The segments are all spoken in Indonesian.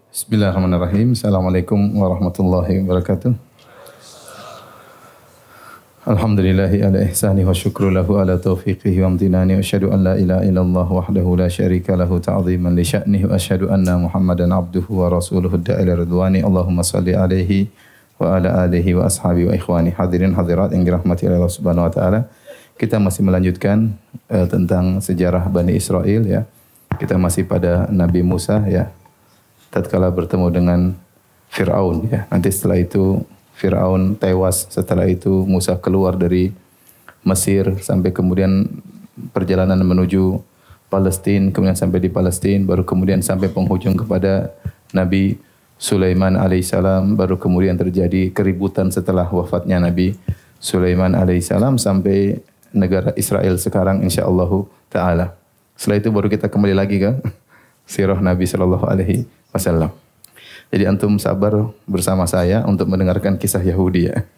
Bismillahirrahmanirrahim. Assalamualaikum warahmatullahi wabarakatuh. Alhamdulillahi ala ihsani wa syukru lahu ala taufiqihi wa amtinani wa asyhadu an la ilaha illallah wahdahu la syarika lahu ta'ziman li sya'nihi wa asyhadu anna Muhammadan abduhu wa rasuluhu da'ila ridwani. Allahumma salli alaihi wa ala alihi wa ashabi wa ikhwani. Hadirin hadirat yang dirahmati Allah Subhanahu wa taala. Kita masih melanjutkan tentang sejarah Bani Israel ya. Kita masih pada Nabi Musa ya. Tatkala bertemu dengan Fir'aun ya. Nanti setelah itu Fir'aun tewas, setelah itu Musa keluar dari Mesir sampai kemudian perjalanan menuju Palestina, kemudian sampai di Palestina, baru kemudian sampai penghujung kepada Nabi Sulaiman alaihissalam, baru kemudian terjadi keributan setelah wafatnya Nabi Sulaiman alaihissalam sampai negara Israel sekarang insyaallah taala. Setelah itu baru kita kembali lagi ke sirah Nabi sallallahu alaihi wasallam. Jadi antum sabar bersama saya untuk mendengarkan kisah Yahudi ya.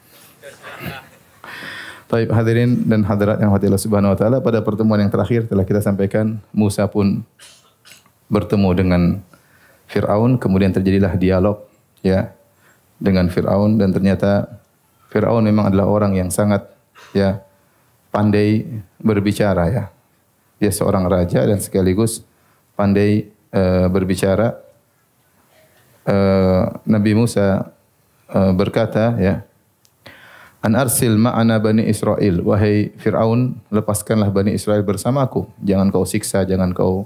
Baik, hadirin dan hadirat yang Allah Subhanahu wa taala, pada pertemuan yang terakhir telah kita sampaikan Musa pun bertemu dengan Fir'aun, kemudian terjadilah dialog ya dengan Fir'aun, dan ternyata Fir'aun memang adalah orang yang sangat ya pandai berbicara ya. Dia seorang raja dan sekaligus pandai berbicara. Nabi Musa berkata ya, An arsil ma'ana Bani Israel, wahai Fir'aun, lepaskanlah Bani Israel bersamaku. Jangan kau siksa, jangan kau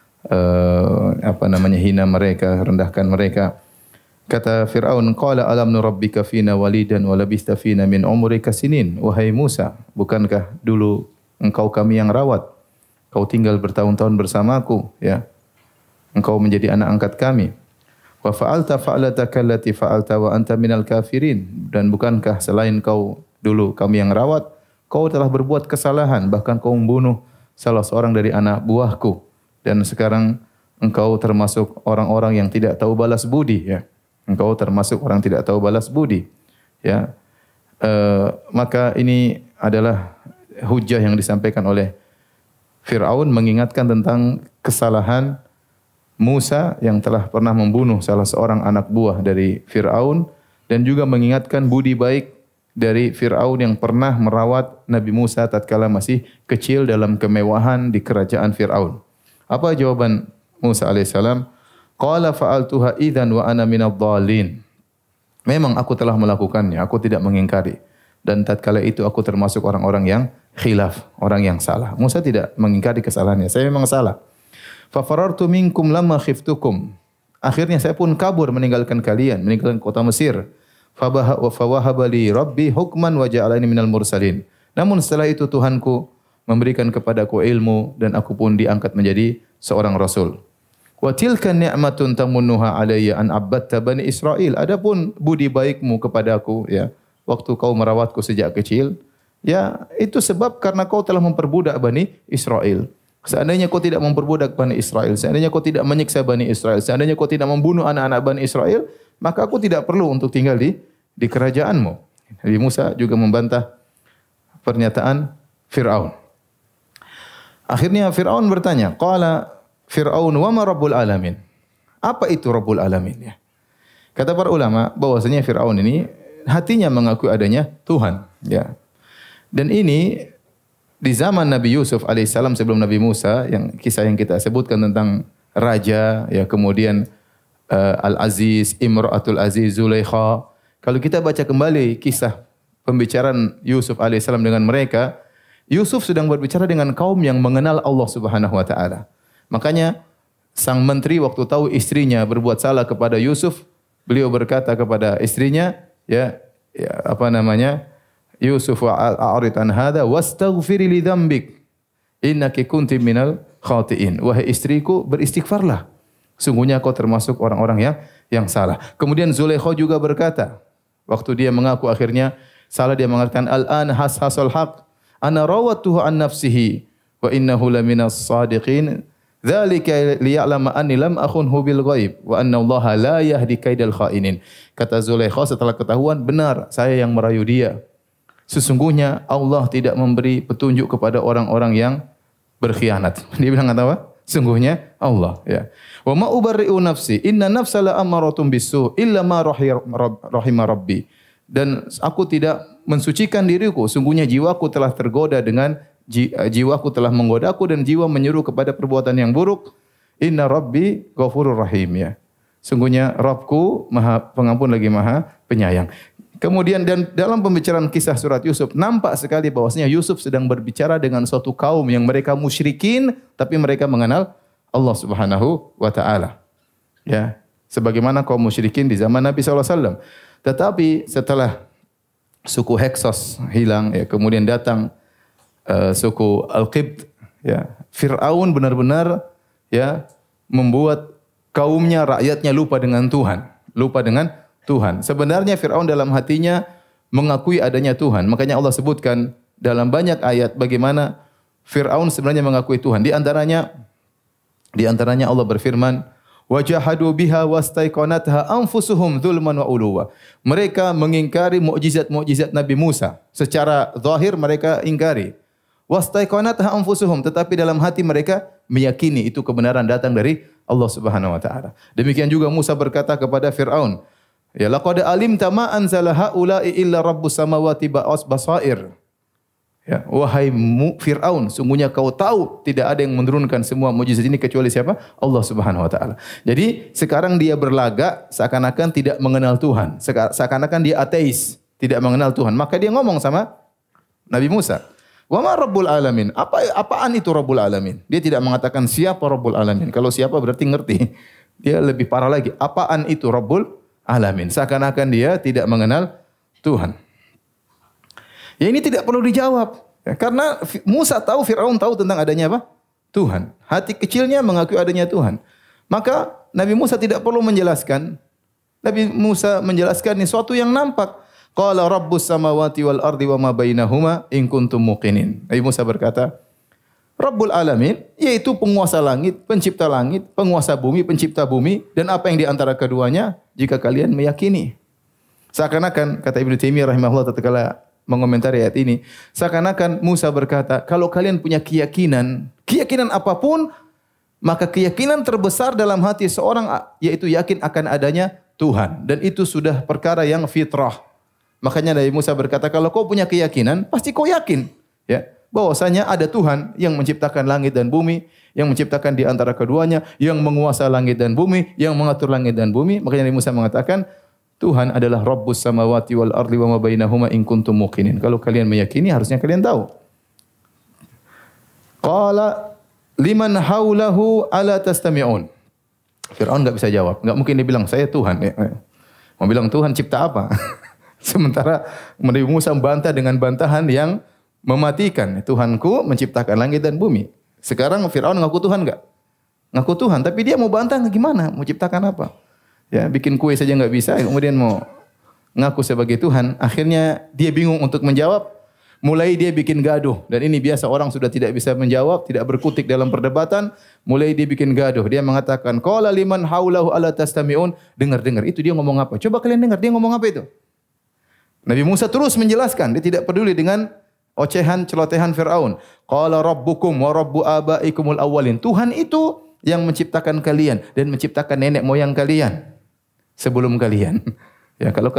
hina mereka, rendahkan mereka. Kata Fir'aun, qala alam nurabbika fina walidan wa labista fina min umrika sinin. Wahai Musa, bukankah dulu engkau kami yang rawat? Kau tinggal bertahun-tahun bersamaku ya. Engkau menjadi anak angkat kami. Wa fa'alta fa'lataka allati fa'alta wa anta minal kafirin. Dan bukankah selain kau dulu kami yang rawat, kau telah berbuat kesalahan, bahkan kau membunuh salah seorang dari anak buahku, dan sekarang engkau termasuk orang-orang yang tidak tahu balas budi ya. Engkau termasuk orang tidak tahu balas budi ya. Maka ini adalah hujah yang disampaikan oleh Fir'aun, mengingatkan tentang kesalahan Musa yang telah pernah membunuh salah seorang anak buah dari Fir'aun, dan juga mengingatkan budi baik dari Fir'aun yang pernah merawat Nabi Musa tatkala masih kecil dalam kemewahan di kerajaan Fir'aun. Apa jawaban Musa alaihissalam? Qala fa'altuha idzan wa ana minadh dhalin. Memang aku telah melakukannya, aku tidak mengingkari. Dan tatkala itu aku termasuk orang-orang yang khilaf, orang yang salah. Musa tidak mengingkari kesalahannya. Saya memang salah. Fa farartu minkum lamma khiftukum. Akhirnya saya pun kabur meninggalkan kalian, meninggalkan kota Mesir. Fa wahaba li rabbi hukman wa ja'alani minal mursalin. Namun setelah itu Tuhanku memberikan kepadaku ilmu dan aku pun diangkat menjadi seorang rasul. Wa tilka ni'matun tamunnuha alayya an abadta bani Israil. Adapun budi baikmu kepadaku ya, waktu kau merawatku sejak kecil, ya itu sebab karena kau telah memperbudak Bani Israel. Seandainya kau tidak memperbudak Bani Israel, seandainya kau tidak menyiksa Bani Israel, seandainya kau tidak membunuh anak-anak Bani Israel, maka aku tidak perlu untuk tinggal di kerajaanmu. Nabi Musa juga membantah pernyataan Fir'aun. Akhirnya Fir'aun bertanya, qala Fir'aun wa ma rabbul alamin? Apa itu Rabbul Alamin ya? Kata para ulama bahwasanya Fir'aun ini hatinya mengakui adanya Tuhan ya. Dan ini di zaman Nabi Yusuf alaihissalam sebelum Nabi Musa, yang kisah yang kita sebutkan tentang raja ya, kemudian Al-Aziz, Imra'atul Aziz, Zulaikha. Kalau kita baca kembali kisah pembicaraan Yusuf alaihissalam dengan mereka, Yusuf sedang berbicara dengan kaum yang mengenal Allah Subhanahu wa taala. Makanya sang menteri waktu tahu istrinya berbuat salah kepada Yusuf, beliau berkata kepada istrinya, Yusuf a'rid an hadza wastaghfiri li dzambik innaki kunti minal khati'in. Wahai istriku, beristighfarlah. Sungguhnya kau termasuk orang-orang yang salah. Kemudian Zulaikha juga berkata, waktu dia mengaku akhirnya salah, dia mengatakan al-an hasal haq ana rawatuhu an nafsihi wa innahu laminas sadiqin. Dzalika liya'lama anni lam akhunhu bil ghaib wa anna Allah la yahdi kaidal khainin. Kata Zulaikha setelah ketahuan benar saya yang merayu dia. Sesungguhnya Allah tidak memberi petunjuk kepada orang-orang yang berkhianat. Dia bilang kata apa? Sungguhnya Allah, ya. Wa ma ubarri'u nafsi, inna nafsa la ammaratun bisu illa ma rahima rabbi. Dan aku tidak mensucikan diriku, sungguhnya jiwaku telah tergoda dengan jiwaku telah menggodaku dan jiwa menyuruh kepada perbuatan yang buruk. Inna rabbi ghafurur rahim, ya. Sungguhnya Rabbku Maha Pengampun lagi Maha Penyayang. Kemudian dan dalam pembicaraan kisah surat Yusuf nampak sekali bahwasanya Yusuf sedang berbicara dengan suatu kaum yang mereka musyrikin tapi mereka mengenal Allah Subhanahu wa taala. Ya, sebagaimana kaum musyrikin di zaman Nabi sallallahu alaihi wasallam. Tetapi setelah suku Heksos hilang, ya, kemudian datang suku Al-Qibt, ya. Firaun benar-benar, ya, membuat kaumnya, rakyatnya lupa dengan Tuhan, lupa dengan Tuhan. Sebenarnya Firaun dalam hatinya mengakui adanya Tuhan. Makanya Allah sebutkan dalam banyak ayat bagaimana Firaun sebenarnya mengakui Tuhan. Di antaranya Allah berfirman, "Wajahadu biha wastaiqanatha anfusuhum dzulman wa uluwa." Mereka mengingkari mukjizat-mukjizat Nabi Musa. Secara zahir mereka ingkari. Wastaiqanatha anfusuhum, tetapi dalam hati mereka meyakini itu kebenaran datang dari Allah Subhanahu wa taala. Demikian juga Musa berkata kepada Firaun, "Ya laqad alimta ma anzala haula'i illa rabbus samawati basair." Ya, wahai Firaun, sungguhnya kau tahu tidak ada yang menurunkan semua mukjizat ini kecuali siapa? Allah Subhanahu wa taala. Jadi sekarang dia berlagak seakan-akan tidak mengenal Tuhan, seakan-akan dia ateis, tidak mengenal Tuhan. Maka dia ngomong sama Nabi Musa, "Wa ma rabbul alamin?" Apaan itu Rabbul alamin? Dia tidak mengatakan siapa Rabbul alamin. Kalau siapa berarti ngerti. Dia lebih parah lagi. Apaan itu Rabbul alamin? Seakan-akan dia tidak mengenal Tuhan. Ya ini tidak perlu dijawab. Ya, karena Musa tahu, Firaun tahu tentang adanya apa? Tuhan. Hati kecilnya mengakui adanya Tuhan. Maka Nabi Musa tidak perlu menjelaskan. Nabi Musa menjelaskan ini suatu yang nampak. Qala rabbus samawati wal ardi wa ma bainahuma in kuntum muqinin. Nabi Musa berkata, Rabbul alamin, yaitu penguasa langit, penguasa bumi, pencipta bumi, dan apa yang di antara keduanya, jika kalian meyakini. Seakan-akan, kata Ibnu Taimiyah rahimahullah tatkala mengomentari ayat ini, seakan-akan Musa berkata, kalau kalian punya keyakinan apapun, maka keyakinan terbesar dalam hati seorang yaitu yakin akan adanya Tuhan, dan itu sudah perkara yang fitrah. Makanya Nabi Musa berkata, kalau kau punya keyakinan, pasti kau yakin, ya, bahwasanya ada Tuhan yang menciptakan langit dan bumi, yang menciptakan di antara keduanya, yang menguasai langit dan bumi, yang mengatur langit dan bumi. Makanya Nabi Musa mengatakan, Tuhan adalah Rabbus samawati wal ardi wa ma bainahuma in kuntum muqinin. Kalau kalian meyakini, harusnya kalian tahu. Qala liman haulahu ala tastami'un. Firaun enggak bisa jawab. Enggak mungkin dia bilang saya Tuhan. Mau bilang Tuhan cipta apa? Sementara Nabi Musa membantah dengan bantahan yang mematikan. Tuhanku menciptakan langit dan bumi. Sekarang Firaun ngaku Tuhan enggak? Ngaku Tuhan, tapi dia mau bantah gimana? Mau ciptakan apa? Ya, bikin kue saja enggak bisa, kemudian mau ngaku sebagai Tuhan. Akhirnya dia bingung untuk menjawab. Mulai dia bikin gaduh. Dan ini biasa orang sudah tidak bisa menjawab, tidak berkutik dalam perdebatan. Mulai dia bikin gaduh. Dia mengatakan, qala liman haulahu ala tastami'un. Dengar. Itu dia ngomong apa? Coba kalian dengar, dia ngomong apa itu? Nabi Musa terus menjelaskan. Dia tidak peduli dengan ocehan, celotehan Firaun. Qala rabbukum wa rabbu abaikumul awwalin. Tuhan itu yang menciptakan kalian dan menciptakan nenek moyang kalian sebelum kalian. Ya, kalau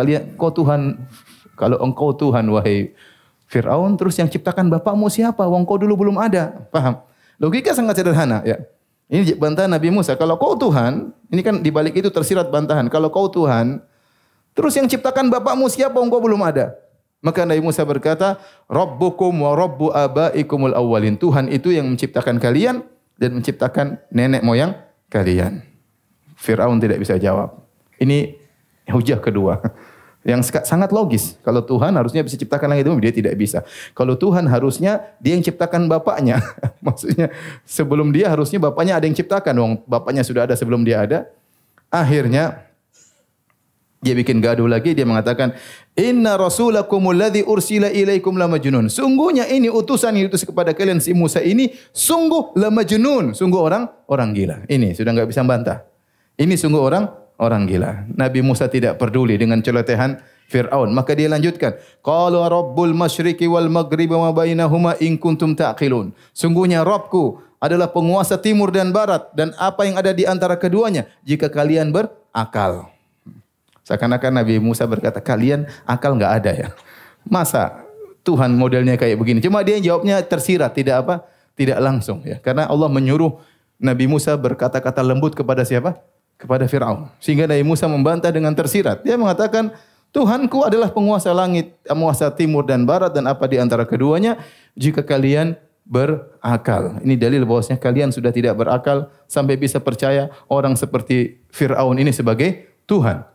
engkau Tuhan wahai Firaun, terus yang ciptakan bapakmu siapa? Wong kau dulu belum ada. Paham? Logika sangat sederhana, ya. Ini bantahan Nabi Musa. Kalau kau Tuhan, ini kan di balik itu tersirat bantahan. Kalau kau Tuhan, terus yang ciptakan bapakmu siapa? Wong kau belum ada. Maka Nabi Musa berkata, Rabbukum wa rabbu abaikumul awwalin. Tuhan itu yang menciptakan kalian dan menciptakan nenek moyang kalian. Firaun tidak bisa jawab. Ini hujah kedua yang sangat logis. Kalau Tuhan harusnya bisa ciptakan langit dan bumi, dia tidak bisa. Kalau Tuhan harusnya dia yang ciptakan bapaknya. Maksudnya sebelum dia harusnya bapaknya ada yang ciptakan. Wong bapaknya sudah ada sebelum dia ada. Akhirnya dia bikin gaduh lagi, dia mengatakan, "Inna rasulakumul ladzi ursila ilaikum la majnun." Sungguhnya ini utusan yang diutus kepada kalian si Musa ini sungguh la majnun, sungguh orang gila. Ini sudah enggak bisa bantah. Ini sungguh orang gila. Nabi Musa tidak peduli dengan celotehan Fir'aun. Maka dia lanjutkan, qala rabbul masyriqi wal maghribi wa bainahuma in kuntum ta'qilun. Sungguhnya Rabbku adalah penguasa timur dan barat dan apa yang ada di antara keduanya jika kalian berakal. Seakan-akan Nabi Musa berkata, kalian akal enggak ada ya. Masa Tuhan modelnya kayak begini? Cuma dia jawabnya tersirat, tidak apa? Tidak langsung ya. Karena Allah menyuruh Nabi Musa berkata-kata lembut kepada siapa? Kepada Fir'aun. Sehingga Nabi Musa membantah dengan tersirat. Dia mengatakan, Tuhanku adalah penguasa langit, penguasa timur dan barat dan apa di antara keduanya jika kalian berakal. Ini dalil bahwasanya kalian sudah tidak berakal sampai bisa percaya orang seperti Fir'aun ini sebagai Tuhan.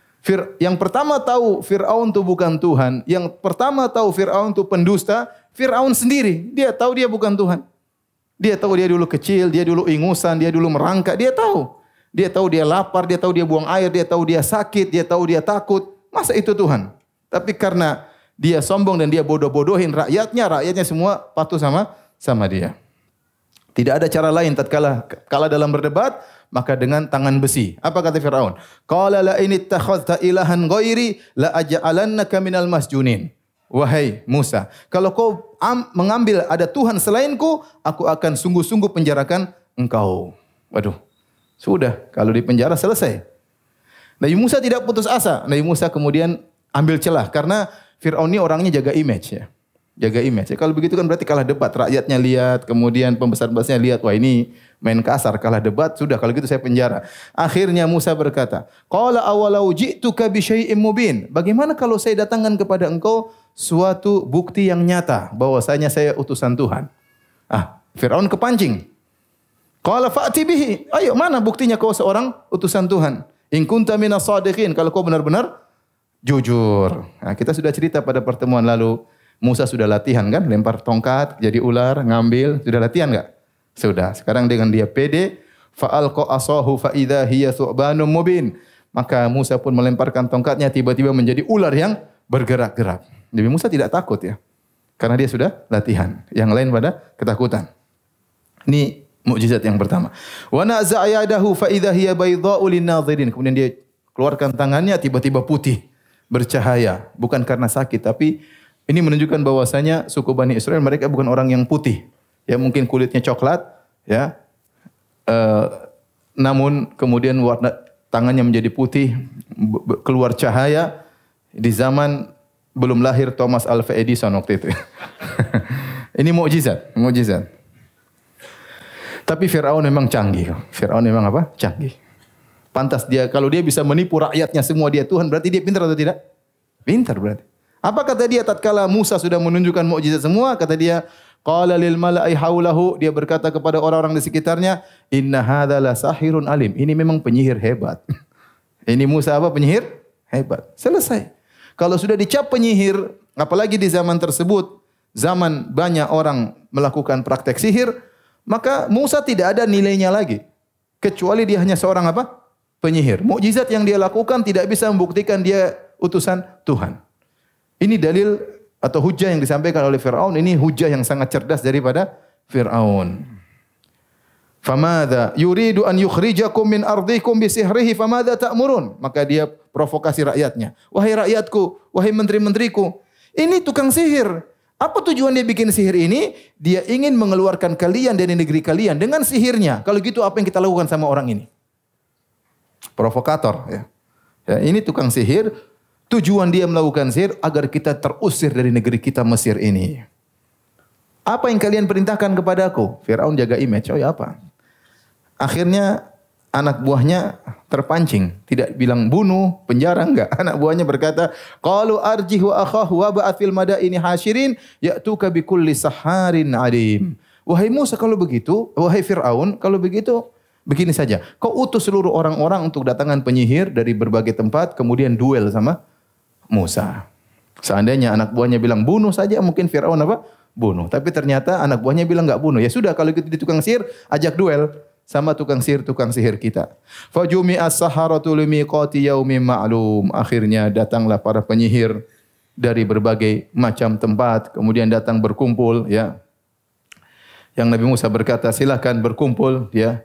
Yang pertama tahu Fir'aun itu bukan Tuhan. Yang pertama tahu Fir'aun itu pendusta. Fir'aun sendiri. Dia tahu dia bukan Tuhan. Dia tahu dia dulu kecil, dia dulu ingusan, dia dulu merangkak. Dia tahu. Dia tahu dia lapar, dia tahu dia buang air, dia tahu dia sakit, dia tahu dia takut. Masa itu Tuhan? Tapi karena dia sombong dan dia bodoh-bodohin rakyatnya semua patuh sama dia. Tidak ada cara lain tatkala dalam berdebat, maka dengan tangan besi. Apa kata Firaun? Qala la in ittakhadhta ilahan ghairi la aj'alannaka minal masjunin. Wahai Musa, kalau kau mengambil ada Tuhan selainku, aku akan sungguh-sungguh penjarakan engkau. Waduh. Sudah, kalau di penjara selesai. Nabi Musa tidak putus asa. Nabi Musa kemudian ambil celah karena Firaun ini orangnya jaga image ya. Jaga image. Kalau begitu kan berarti kalah debat. Rakyatnya lihat, kemudian pembesar-pembesarnya lihat, wah ini main kasar, kalah debat, sudah kalau gitu saya penjara. Akhirnya Musa berkata, "Qala awalau ji'tuka bi syai'im mubin." Bagaimana kalau saya datangkan kepada engkau suatu bukti yang nyata bahwasanya saya utusan Tuhan? Firaun kepancing. Qala fa'ti bihi. Ayo, mana buktinya kau seorang utusan Tuhan? In kunta minas shadiqin, kalau kau benar-benar jujur. Nah, kita sudah cerita pada pertemuan lalu. Musa sudah latihan kan, lempar tongkat jadi ular, ngambil, sudah latihan enggak? Sudah. Sekarang dengan dia pede, fa'alqa asahu fa idza hiya thu'banun mubin. Maka Musa pun melemparkan tongkatnya, tiba-tiba menjadi ular yang bergerak-gerak. Nabi Musa tidak takut ya. Karena dia sudah latihan. Yang lain pada ketakutan. Ini mukjizat yang pertama. Wa naza'a yadahu fa idza hiya baydha'u lin-nadhirin. Kemudian dia keluarkan tangannya, tiba-tiba putih, bercahaya, bukan karena sakit tapi ini menunjukkan bahwasanya suku Bani Israel mereka bukan orang yang putih. Ya mungkin kulitnya coklat, ya. Namun kemudian warna tangannya menjadi putih, keluar cahaya di zaman belum lahir Thomas Alva Edison waktu itu. Ini mukjizat, mukjizat. Tapi Firaun memang canggih. Firaun memang apa? Canggih. Pantas dia kalau dia bisa menipu rakyatnya semua dia Tuhan, berarti dia pintar atau tidak? Pintar berarti. Apa kata dia tatkala Musa sudah menunjukkan mukjizat semua? Kata dia, qala lil mala'i haulahu, dia berkata kepada orang-orang di sekitarnya, inna hadza la sahirun alim. Ini memang penyihir hebat. Ini Musa apa? Penyihir hebat. Selesai. Kalau sudah dicap penyihir, apalagi di zaman tersebut, zaman banyak orang melakukan praktek sihir, maka Musa tidak ada nilainya lagi. Kecuali dia hanya seorang apa? Penyihir. Mukjizat yang dia lakukan tidak bisa membuktikan dia utusan Tuhan. Ini dalil atau hujah yang disampaikan oleh Fir'aun. Ini hujah yang sangat cerdas daripada Fir'aun. Famadha yuridu an yukhrijakum min ardikum bisihrihi famadha ta'murun. Maka dia provokasi rakyatnya. Wahai rakyatku, wahai menteri-menteriku, ini tukang sihir. Apa tujuan dia bikin sihir ini? Dia ingin mengeluarkan kalian dari negeri kalian dengan sihirnya. Kalau gitu apa yang kita lakukan sama orang ini? Provokator. Ya, ini tukang sihir. Tujuan dia melakukan sihir agar kita terusir dari negeri kita Mesir ini. Apa yang kalian perintahkan kepadaku? Firaun jaga image. Oh ya apa? Akhirnya anak buahnya terpancing. Tidak bilang bunuh, penjara, enggak. Anak buahnya berkata, qalu arjih wa akhahu wa ba'ath fil madaini hasyirin ya'tuka bikulli saharin alim. Wahai Musa, kalau begitu, wahai Firaun, kalau begitu begini saja. Kau utus seluruh orang-orang untuk datangan penyihir dari berbagai tempat, kemudian duel sama Musa. Seandainya anak buahnya bilang bunuh saja, mungkin Firaun apa? Bunuh. Tapi ternyata anak buahnya bilang enggak bunuh. Ya sudah, kalau gitu di tukang sihir, ajak duel sama tukang sihir kita. Fajumi as-saharatu limiqati yaumin ma'lum. Akhirnya datanglah para penyihir dari berbagai macam tempat, kemudian datang berkumpul ya. Yang Nabi Musa berkata, silakan berkumpul ya.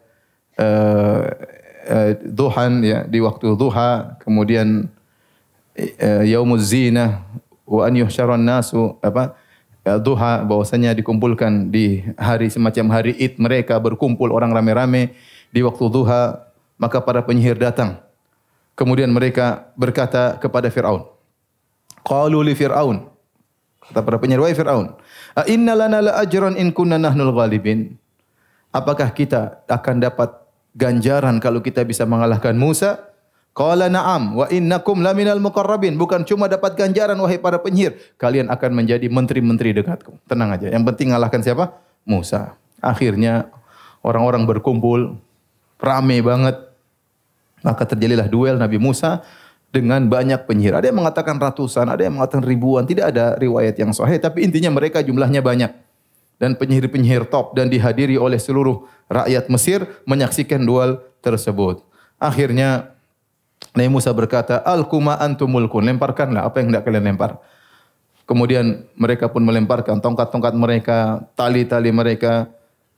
Duhan ya, di waktu duha, kemudian yaumuz zinah wa an yuhsyaran nasu duha, bahwasanya dikumpulkan di hari semacam hari Id mereka, berkumpul orang rame-rame di waktu duha, maka para penyihir datang. Kemudian mereka berkata kepada Fir'aun. Qalu li Fir'aun. Kata para penyihir, wahai Fir'aun, a inna lana la ajran in kunna nahnul ghalibin. Apakah kita akan dapat ganjaran kalau kita bisa mengalahkan Musa? Qala na'am wa innakum laminal muqarrabin. Bukan cuma dapat ganjaran wahai para penyihir, kalian akan menjadi menteri-menteri dekatku. Tenang aja, yang penting mengalahkan siapa? Musa. Akhirnya orang-orang berkumpul, ramai banget. Maka terjadilah duel Nabi Musa dengan banyak penyihir. Ada yang mengatakan ratusan, ada yang mengatakan ribuan. Tidak ada riwayat yang sahih, tapi intinya mereka jumlahnya banyak. Dan penyihir-penyihir top dan dihadiri oleh seluruh rakyat Mesir menyaksikan duel tersebut. Akhirnya Nabi Musa berkata, "Alkuma antum mulkun." Lemparkanlah apa yang hendak kalian lempar. Kemudian mereka pun melemparkan tongkat-tongkat mereka, tali-tali mereka.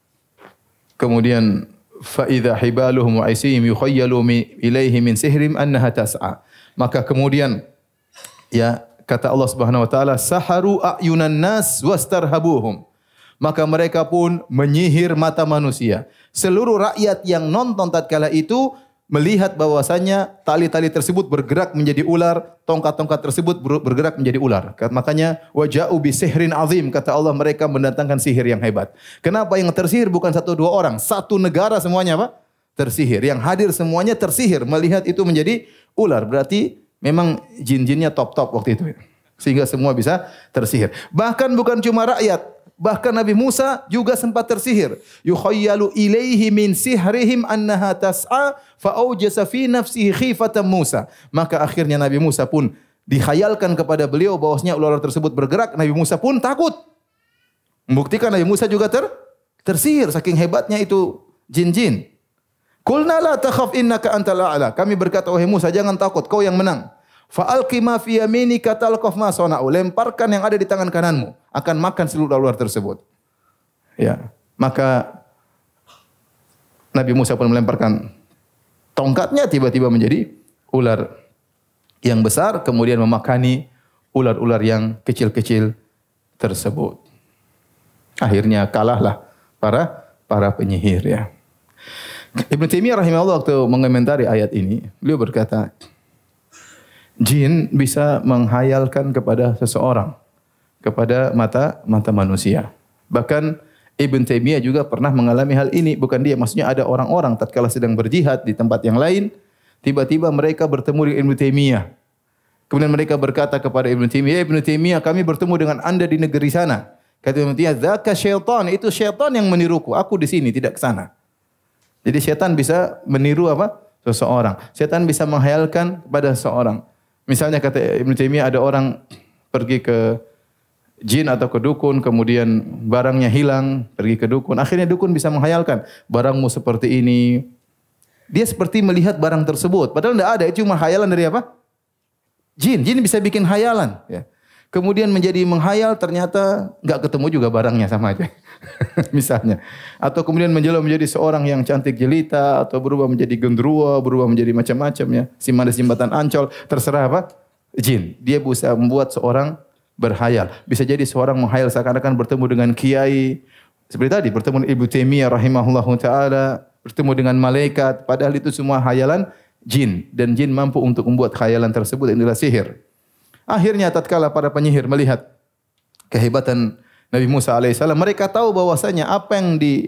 Kemudian fa idza hibaluhum wa isihim yukhayyalu ilaihi min sihrim annaha tas'a. Maka kemudian ya kata Allah Subhanahu wa taala, "Saharu ayunan nas wastarhabuhum." Maka mereka pun menyihir mata manusia. Seluruh rakyat yang nonton tatkala itu melihat bahwasanya tali-tali tersebut bergerak menjadi ular, tongkat-tongkat tersebut bergerak menjadi ular. Makanya waja'u bi sihrin azim, kata Allah, mereka mendatangkan sihir yang hebat. Kenapa yang tersihir bukan satu dua orang, satu negara semuanya apa? Tersihir. Yang hadir semuanya tersihir melihat itu menjadi ular. Berarti memang jin-jinnya top-top waktu itu. Sehingga semua bisa tersihir. Bahkan bukan cuma rakyat, bahkan Nabi Musa juga sempat tersihir. Yukhayyalu ilaihi min sihrihim annaha tas'a fa awjasa fi nafsihi khifatan Musa. Maka akhirnya Nabi Musa pun dikhayalkan kepada beliau bahwasanya ular tersebut bergerak. Nabi Musa pun takut. Membuktikan Nabi Musa juga tersihir saking hebatnya itu jin-jin. Qulna la takhaf innaka antal a'la. Kami berkata, wahai Musa, jangan takut, kau yang menang. Fa'alqi ma fi yaminika talqaf ma sana'u. Lemparkan yang ada di tangan kananmu, akan makan seluruh ular tersebut. Ya, maka Nabi Musa pun melemparkan tongkatnya, tiba-tiba menjadi ular yang besar, kemudian memakani ular-ular yang kecil-kecil tersebut. Akhirnya kalahlah para penyihir ya. Ibnu Taimiyah rahimahullah waktu mengomentari ayat ini, beliau berkata, jin bisa menghayalkan kepada seseorang, kepada mata manusia. Bahkan Ibn Taimiyah juga pernah mengalami hal ini. Bukan dia, maksudnya ada orang-orang tatkala sedang berjihad di tempat yang lain, tiba-tiba mereka bertemu dengan Ibn Taimiyah. Kemudian mereka berkata kepada Ibn Taimiyah, Ibn Taimiyah, kami bertemu dengan anda di negeri sana. Kata Ibn Taimiyah, dzaka syaitan, itu syaitan yang meniruku. Aku di sini, tidak ke sana. Jadi syaitan bisa meniru apa? Seseorang. Syaitan bisa menghayalkan kepada seseorang. Misalnya kata Ibn Taimiyah, ada orang pergi ke jin atau ke dukun, kemudian barangnya hilang, pergi ke dukun. Akhirnya dukun bisa menghayalkan, barangmu seperti ini. Dia seperti melihat barang tersebut. Padahal tidak ada, itu cuma hayalan dari apa? Jin. Jin bisa bikin hayalan. Ya. Kemudian menjadi menghayal, ternyata nggak ketemu juga barangnya, sama aja. Misalnya. Atau kemudian menjadi seorang yang cantik jelita, atau berubah menjadi genderuwo, berubah menjadi macam-macam ya. Simanis jembatan Ancol, terserah apa? Jin. Dia bisa membuat seorang berhayal. Bisa jadi seorang menghayal seakan-akan bertemu dengan kiai. Seperti tadi, bertemu dengan Ibnu Taimiyah rahimahullahu ta'ala, bertemu dengan malaikat. Padahal itu semua hayalan jin. Dan jin mampu untuk membuat khayalan tersebut, inilah sihir. Akhirnya tatkala para penyihir melihat kehebatan Nabi Musa alaihissalam, mereka tahu bahwasanya apa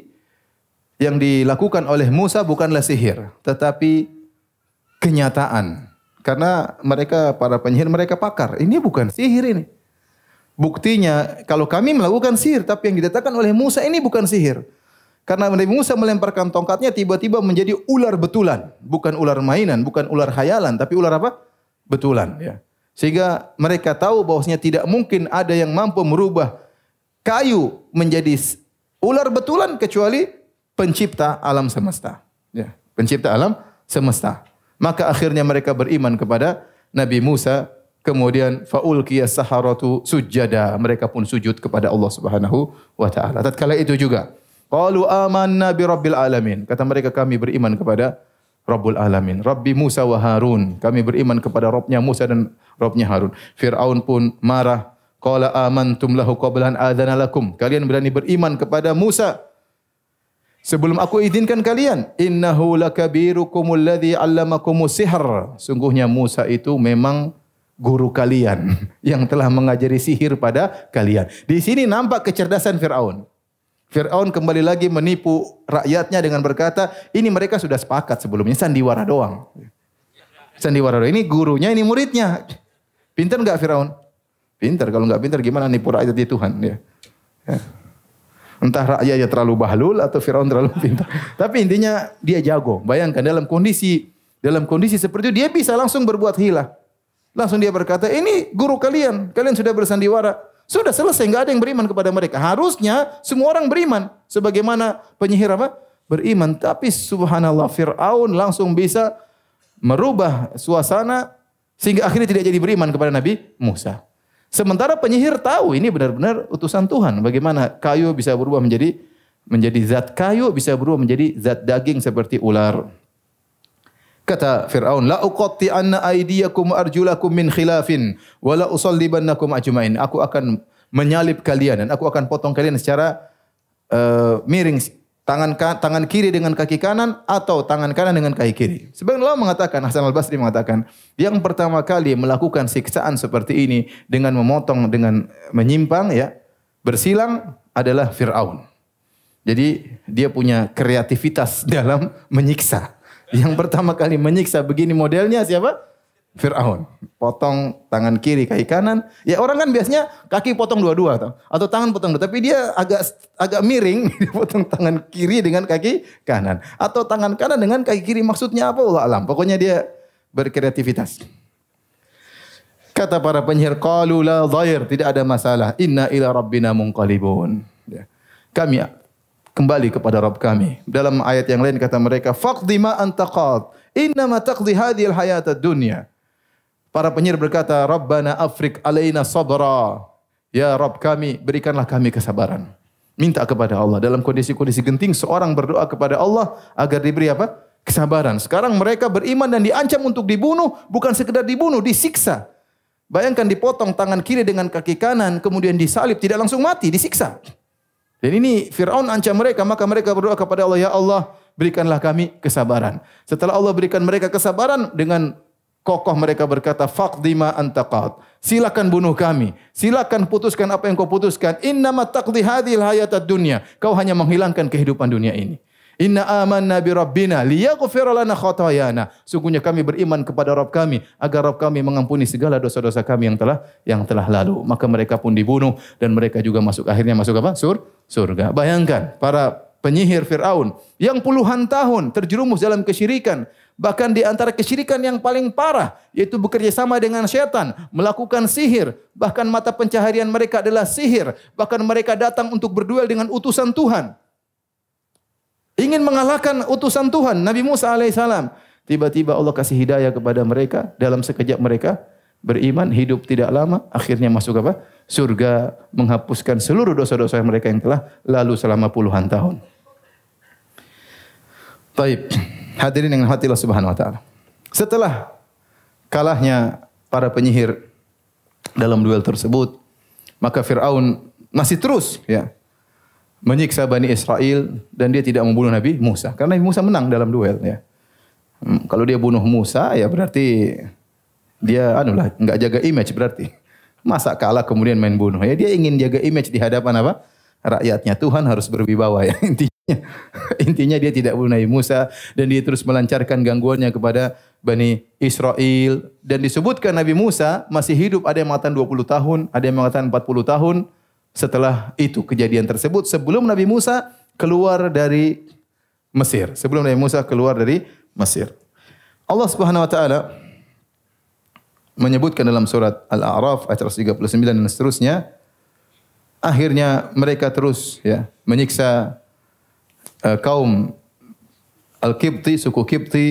yang dilakukan oleh Musa bukanlah sihir, tetapi kenyataan. Karena mereka para penyihir, mereka pakar. Ini bukan sihir ini. Buktinya kalau kami melakukan sihir, tapi yang didatangkan oleh Musa ini bukan sihir. Karena Nabi Musa melemparkan tongkatnya, tiba-tiba menjadi ular betulan, bukan ular mainan, bukan ular khayalan, tapi ular apa? Betulan. Ya. Sehingga mereka tahu bahwasanya tidak mungkin ada yang mampu merubah kayu menjadi ular betulan kecuali pencipta alam semesta. Ya, pencipta alam semesta. Maka akhirnya mereka beriman kepada Nabi Musa. Kemudian faulqiya saharatu sujada. Mereka pun sujud kepada Allah Subhanahu wa taala. Tatkala itu juga qalu amanna bi rabbil alamin. Kata mereka, kami beriman kepada Rabbul Alamin, Rabbi Musa wa Harun. Kami beriman kepada Rabbnya Musa dan Rabbnya Harun. Fir'aun pun marah, Qala amantum lahu qabla an adzana lakum. Kalian berani beriman kepada Musa sebelum aku izinkan kalian. Innahu lakabirukumul ladzi 'allamakumus sihr. Sungguhnya Musa itu memang guru kalian yang telah mengajari sihir pada kalian. Di sini nampak kecerdasan Firaun. Firaun kembali lagi menipu rakyatnya dengan berkata, ini mereka sudah sepakat sebelumnya, sandiwara doang. Sandiwara doang. Ini gurunya, ini muridnya. Pintar enggak Firaun? Pintar. Kalau enggak pintar gimana nipu rakyat di Tuhan? Ya. Entah rakyatnya terlalu bahlul atau Firaun terlalu pintar. Tapi intinya dia jago. Bayangkan dalam kondisi seperti itu dia bisa langsung berbuat hilah. Langsung dia berkata, ini guru kalian. Kalian sudah bersandiwara. Sudah selesai, enggak ada yang beriman kepada mereka. Harusnya semua orang beriman. Sebagaimana penyihir apa? Beriman. Tapi subhanallah, Fir'aun langsung bisa merubah suasana sehingga akhirnya tidak jadi beriman kepada Nabi Musa. Sementara penyihir tahu ini benar-benar utusan Tuhan. Bagaimana kayu bisa berubah menjadi zat kayu, bisa berubah menjadi zat daging seperti ular. Kata Fir'aun, la uqatti'anna aydiyakum arjulakum min khilafin wa la usallibannakum ajmain. Aku akan menyalib kalian dan aku akan potong kalian secara miring, tangan kiri dengan kaki kanan atau tangan kanan dengan kaki kiri. Sebagian ulama mengatakan, Hasan Al-Basri mengatakan, yang pertama kali melakukan siksaan seperti ini dengan memotong, dengan menyimpang ya, bersilang adalah Fir'aun. Jadi dia punya kreativitas dalam menyiksa. Yang pertama kali menyiksa begini modelnya siapa? Fir'aun. Potong tangan kiri, kaki kanan. Ya orang kan biasanya kaki potong dua-dua atau tangan potong dua. Tapi dia agak miring, potong tangan kiri dengan kaki kanan. Atau tangan kanan dengan kaki kiri. Maksudnya apa? Allah alam. Pokoknya dia berkreativitas. Kata para penyihir, qalu la dhair, tidak ada masalah. Inna ila rabbina munqalibun. Kami kembali kepada Rabb kami. Dalam ayat yang lain kata mereka, faqdi ma anta qad, innama taqdi hadhil hayatad dunya. Para penyihir berkata, Rabbana afrik alaina sabra. Ya Rabb kami, berikanlah kami kesabaran. Minta kepada Allah. Dalam kondisi-kondisi genting, seorang berdoa kepada Allah agar diberi apa? Kesabaran. Sekarang mereka beriman dan diancam untuk dibunuh. Bukan sekedar dibunuh, disiksa. Bayangkan dipotong tangan kiri dengan kaki kanan, kemudian disalib, tidak langsung mati, disiksa. Dan ini Fir'aun ancam mereka, maka mereka berdoa kepada Allah, ya Allah, berikanlah kami kesabaran. Setelah Allah berikan mereka kesabaran, dengan kokoh mereka berkata, faqdi ma anta qad. Silakan bunuh kami. Silakan putuskan apa yang kau putuskan. Innama taqdi hadhil hayatad dunya. Kau hanya menghilangkan kehidupan dunia ini. Inna amanna bi rabbina liyaghfira lana khatayana. Sungguhnya kami beriman kepada Rabb kami agar Rabb kami mengampuni segala dosa-dosa kami yang telah lalu. Maka mereka pun dibunuh dan mereka juga akhirnya masuk apa? Surga. Bayangkan para penyihir Fir'aun yang puluhan tahun terjerumus dalam kesyirikan. Bahkan di antara kesyirikan yang paling parah, yaitu bekerja sama dengan syaitan, melakukan sihir. Bahkan mata pencaharian mereka adalah sihir. Bahkan mereka datang untuk berduel dengan utusan Tuhan. Ingin mengalahkan utusan Tuhan, Nabi Musa alaihissalam. Tiba-tiba Allah kasih hidayah kepada mereka. Dalam sekejap mereka beriman, hidup tidak lama. Akhirnya masuk apa? Surga, menghapuskan seluruh dosa-dosa mereka yang telah lalu selama puluhan tahun. Taib. Hadirin yang dirahmati Allah Subhanahu wa taala. Setelah kalahnya para penyihir dalam duel tersebut, maka Fir'aun masih terus menyiksa Bani Israel dan dia tidak membunuh Nabi Musa. Karena Nabi Musa menang dalam duel ya. Kalau dia bunuh Musa ya berarti dia enggak jaga image berarti. Masa kalah kemudian main bunuh. Ya dia ingin jaga image di hadapan apa? Rakyatnya. Tuhan harus berwibawa ya. Intinya dia tidak bunuh Nabi Musa dan dia terus melancarkan gangguannya kepada Bani Israel dan disebutkan Nabi Musa masih hidup, ada yang mengatakan 20 tahun, ada yang mengatakan 40 tahun. Setelah itu kejadian tersebut sebelum Nabi Musa keluar dari Mesir. Sebelum Nabi Musa keluar dari Mesir. Allah Subhanahu wa taala menyebutkan dalam surat Al-A'raf ayat 139 dan seterusnya. Akhirnya mereka terus menyiksa kaum Al-Qibti, suku Qibti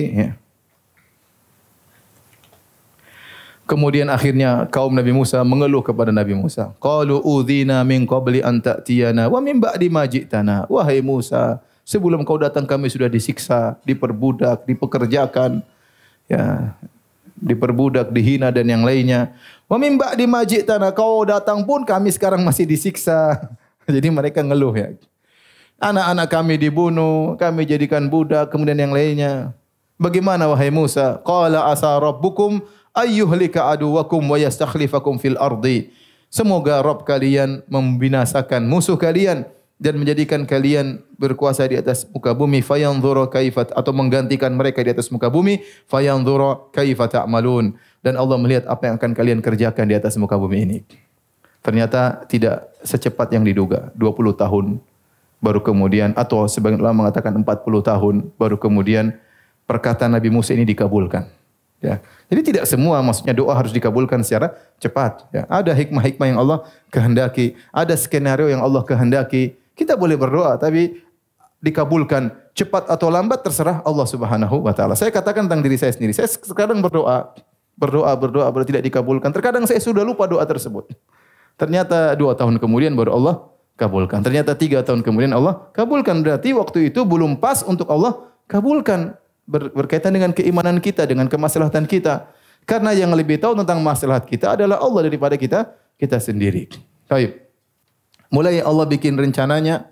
Kemudian akhirnya kaum Nabi Musa mengeluh kepada Nabi Musa. Qalu udzina min qabli an ta'tiyana wa min ba'di ma ji'tana. Wahai Musa, sebelum kau datang kami sudah disiksa, diperbudak, dipekerjakan, diperbudak, dihina dan yang lainnya. Wa min ba'di ma ji'tana, kau datang pun kami sekarang masih disiksa. Jadi mereka ngeluh ya. Anak-anak kami dibunuh, kami jadikan budak, kemudian yang lainnya. Bagaimana wahai Musa? Qala asa rabbukum ayyuhlika aduwakum wa yastakhlifakum fil ardi. Semoga Rabb kalian membinasakan musuh kalian dan menjadikan kalian berkuasa di atas muka bumi, fayanzura kaifat, atau menggantikan mereka di atas muka bumi, fayanzura kaifa ta'malun, dan Allah melihat apa yang akan kalian kerjakan di atas muka bumi ini. Ternyata tidak secepat yang diduga. 20 tahun baru kemudian, atau sebagian ulama mengatakan 40 tahun baru kemudian perkataan Nabi Musa ini dikabulkan. Ya. Jadi tidak semua maksudnya doa harus dikabulkan secara cepat. Ya. Ada hikmah-hikmah yang Allah kehendaki, ada skenario yang Allah kehendaki. Kita boleh berdoa, tapi dikabulkan cepat atau lambat terserah Allah Subhanahu wa taala. Saya katakan tentang diri saya sendiri. Saya sekarang berdoa tidak dikabulkan. Terkadang saya sudah lupa doa tersebut. Ternyata 2 tahun kemudian baru Allah kabulkan. Ternyata 3 tahun kemudian Allah kabulkan. Berarti waktu itu belum pas untuk Allah kabulkan. Berkaitan dengan keimanan kita, dengan kemaslahatan kita. Karena yang lebih tahu tentang maslahat kita adalah Allah daripada kita sendiri. Baik. Mulai Allah bikin rencananya,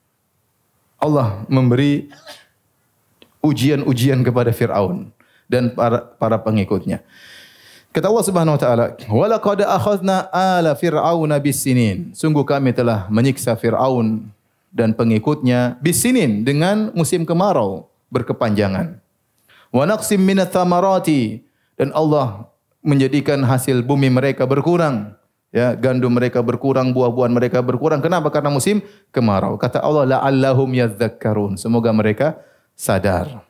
Allah memberi ujian-ujian kepada Fir'aun dan para pengikutnya. Kata Allah Subhanahu wa taala, "Wa laqad akhadna ala fir'auna bis-sinin." Sungguh kami telah menyiksa Fir'aun dan pengikutnya bis-sinin dengan musim kemarau berkepanjangan. Wa naqsim minats thamarati, dan Allah menjadikan hasil bumi mereka berkurang. Ya, gandum mereka berkurang, buah-buahan mereka berkurang. Kenapa? Karena musim kemarau. Kata Allah, la'allahum yadhakkarun. Semoga mereka sadar.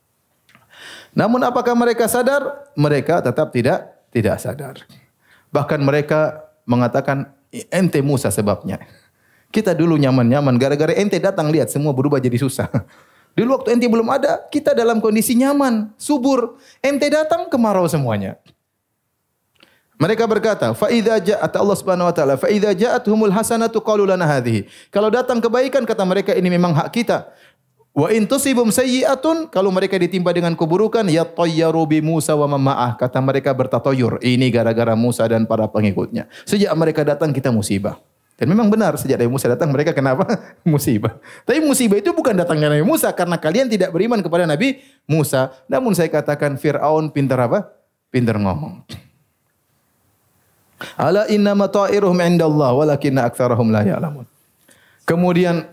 Namun apakah mereka sadar? Mereka tetap tidak sadar. Bahkan mereka mengatakan, ente Musa sebabnya. Kita dulu nyaman-nyaman, gara-gara ente datang lihat semua berubah jadi susah. Dulu waktu ente belum ada, kita dalam kondisi nyaman, subur. Ente datang kemarau semuanya. Mereka berkata, fa idza ja'at Allah Subhanahu wa taala, fa idza ja'atuhumul hasanatu qalu lana hadhihi. Kalau datang kebaikan kata mereka ini memang hak kita. Wa in tusibum sayyi'atun, kalau mereka ditimpa dengan keburukan, yatayyaru bi Musa wa mama'ah, kata mereka bertatayur. Ini gara-gara Musa dan para pengikutnya. Sejak mereka datang kita musibah. Dan memang benar sejak Nabi Musa datang mereka kenapa? Musibah. Tapi musibah itu bukan datangnya Nabi Musa karena kalian tidak beriman kepada Nabi Musa. Namun saya katakan Fir'aun pintar apa? Pintar ngomong. Ala innama ta'iruhum indallah walakinna aktsarahum la ya'lamun. Kemudian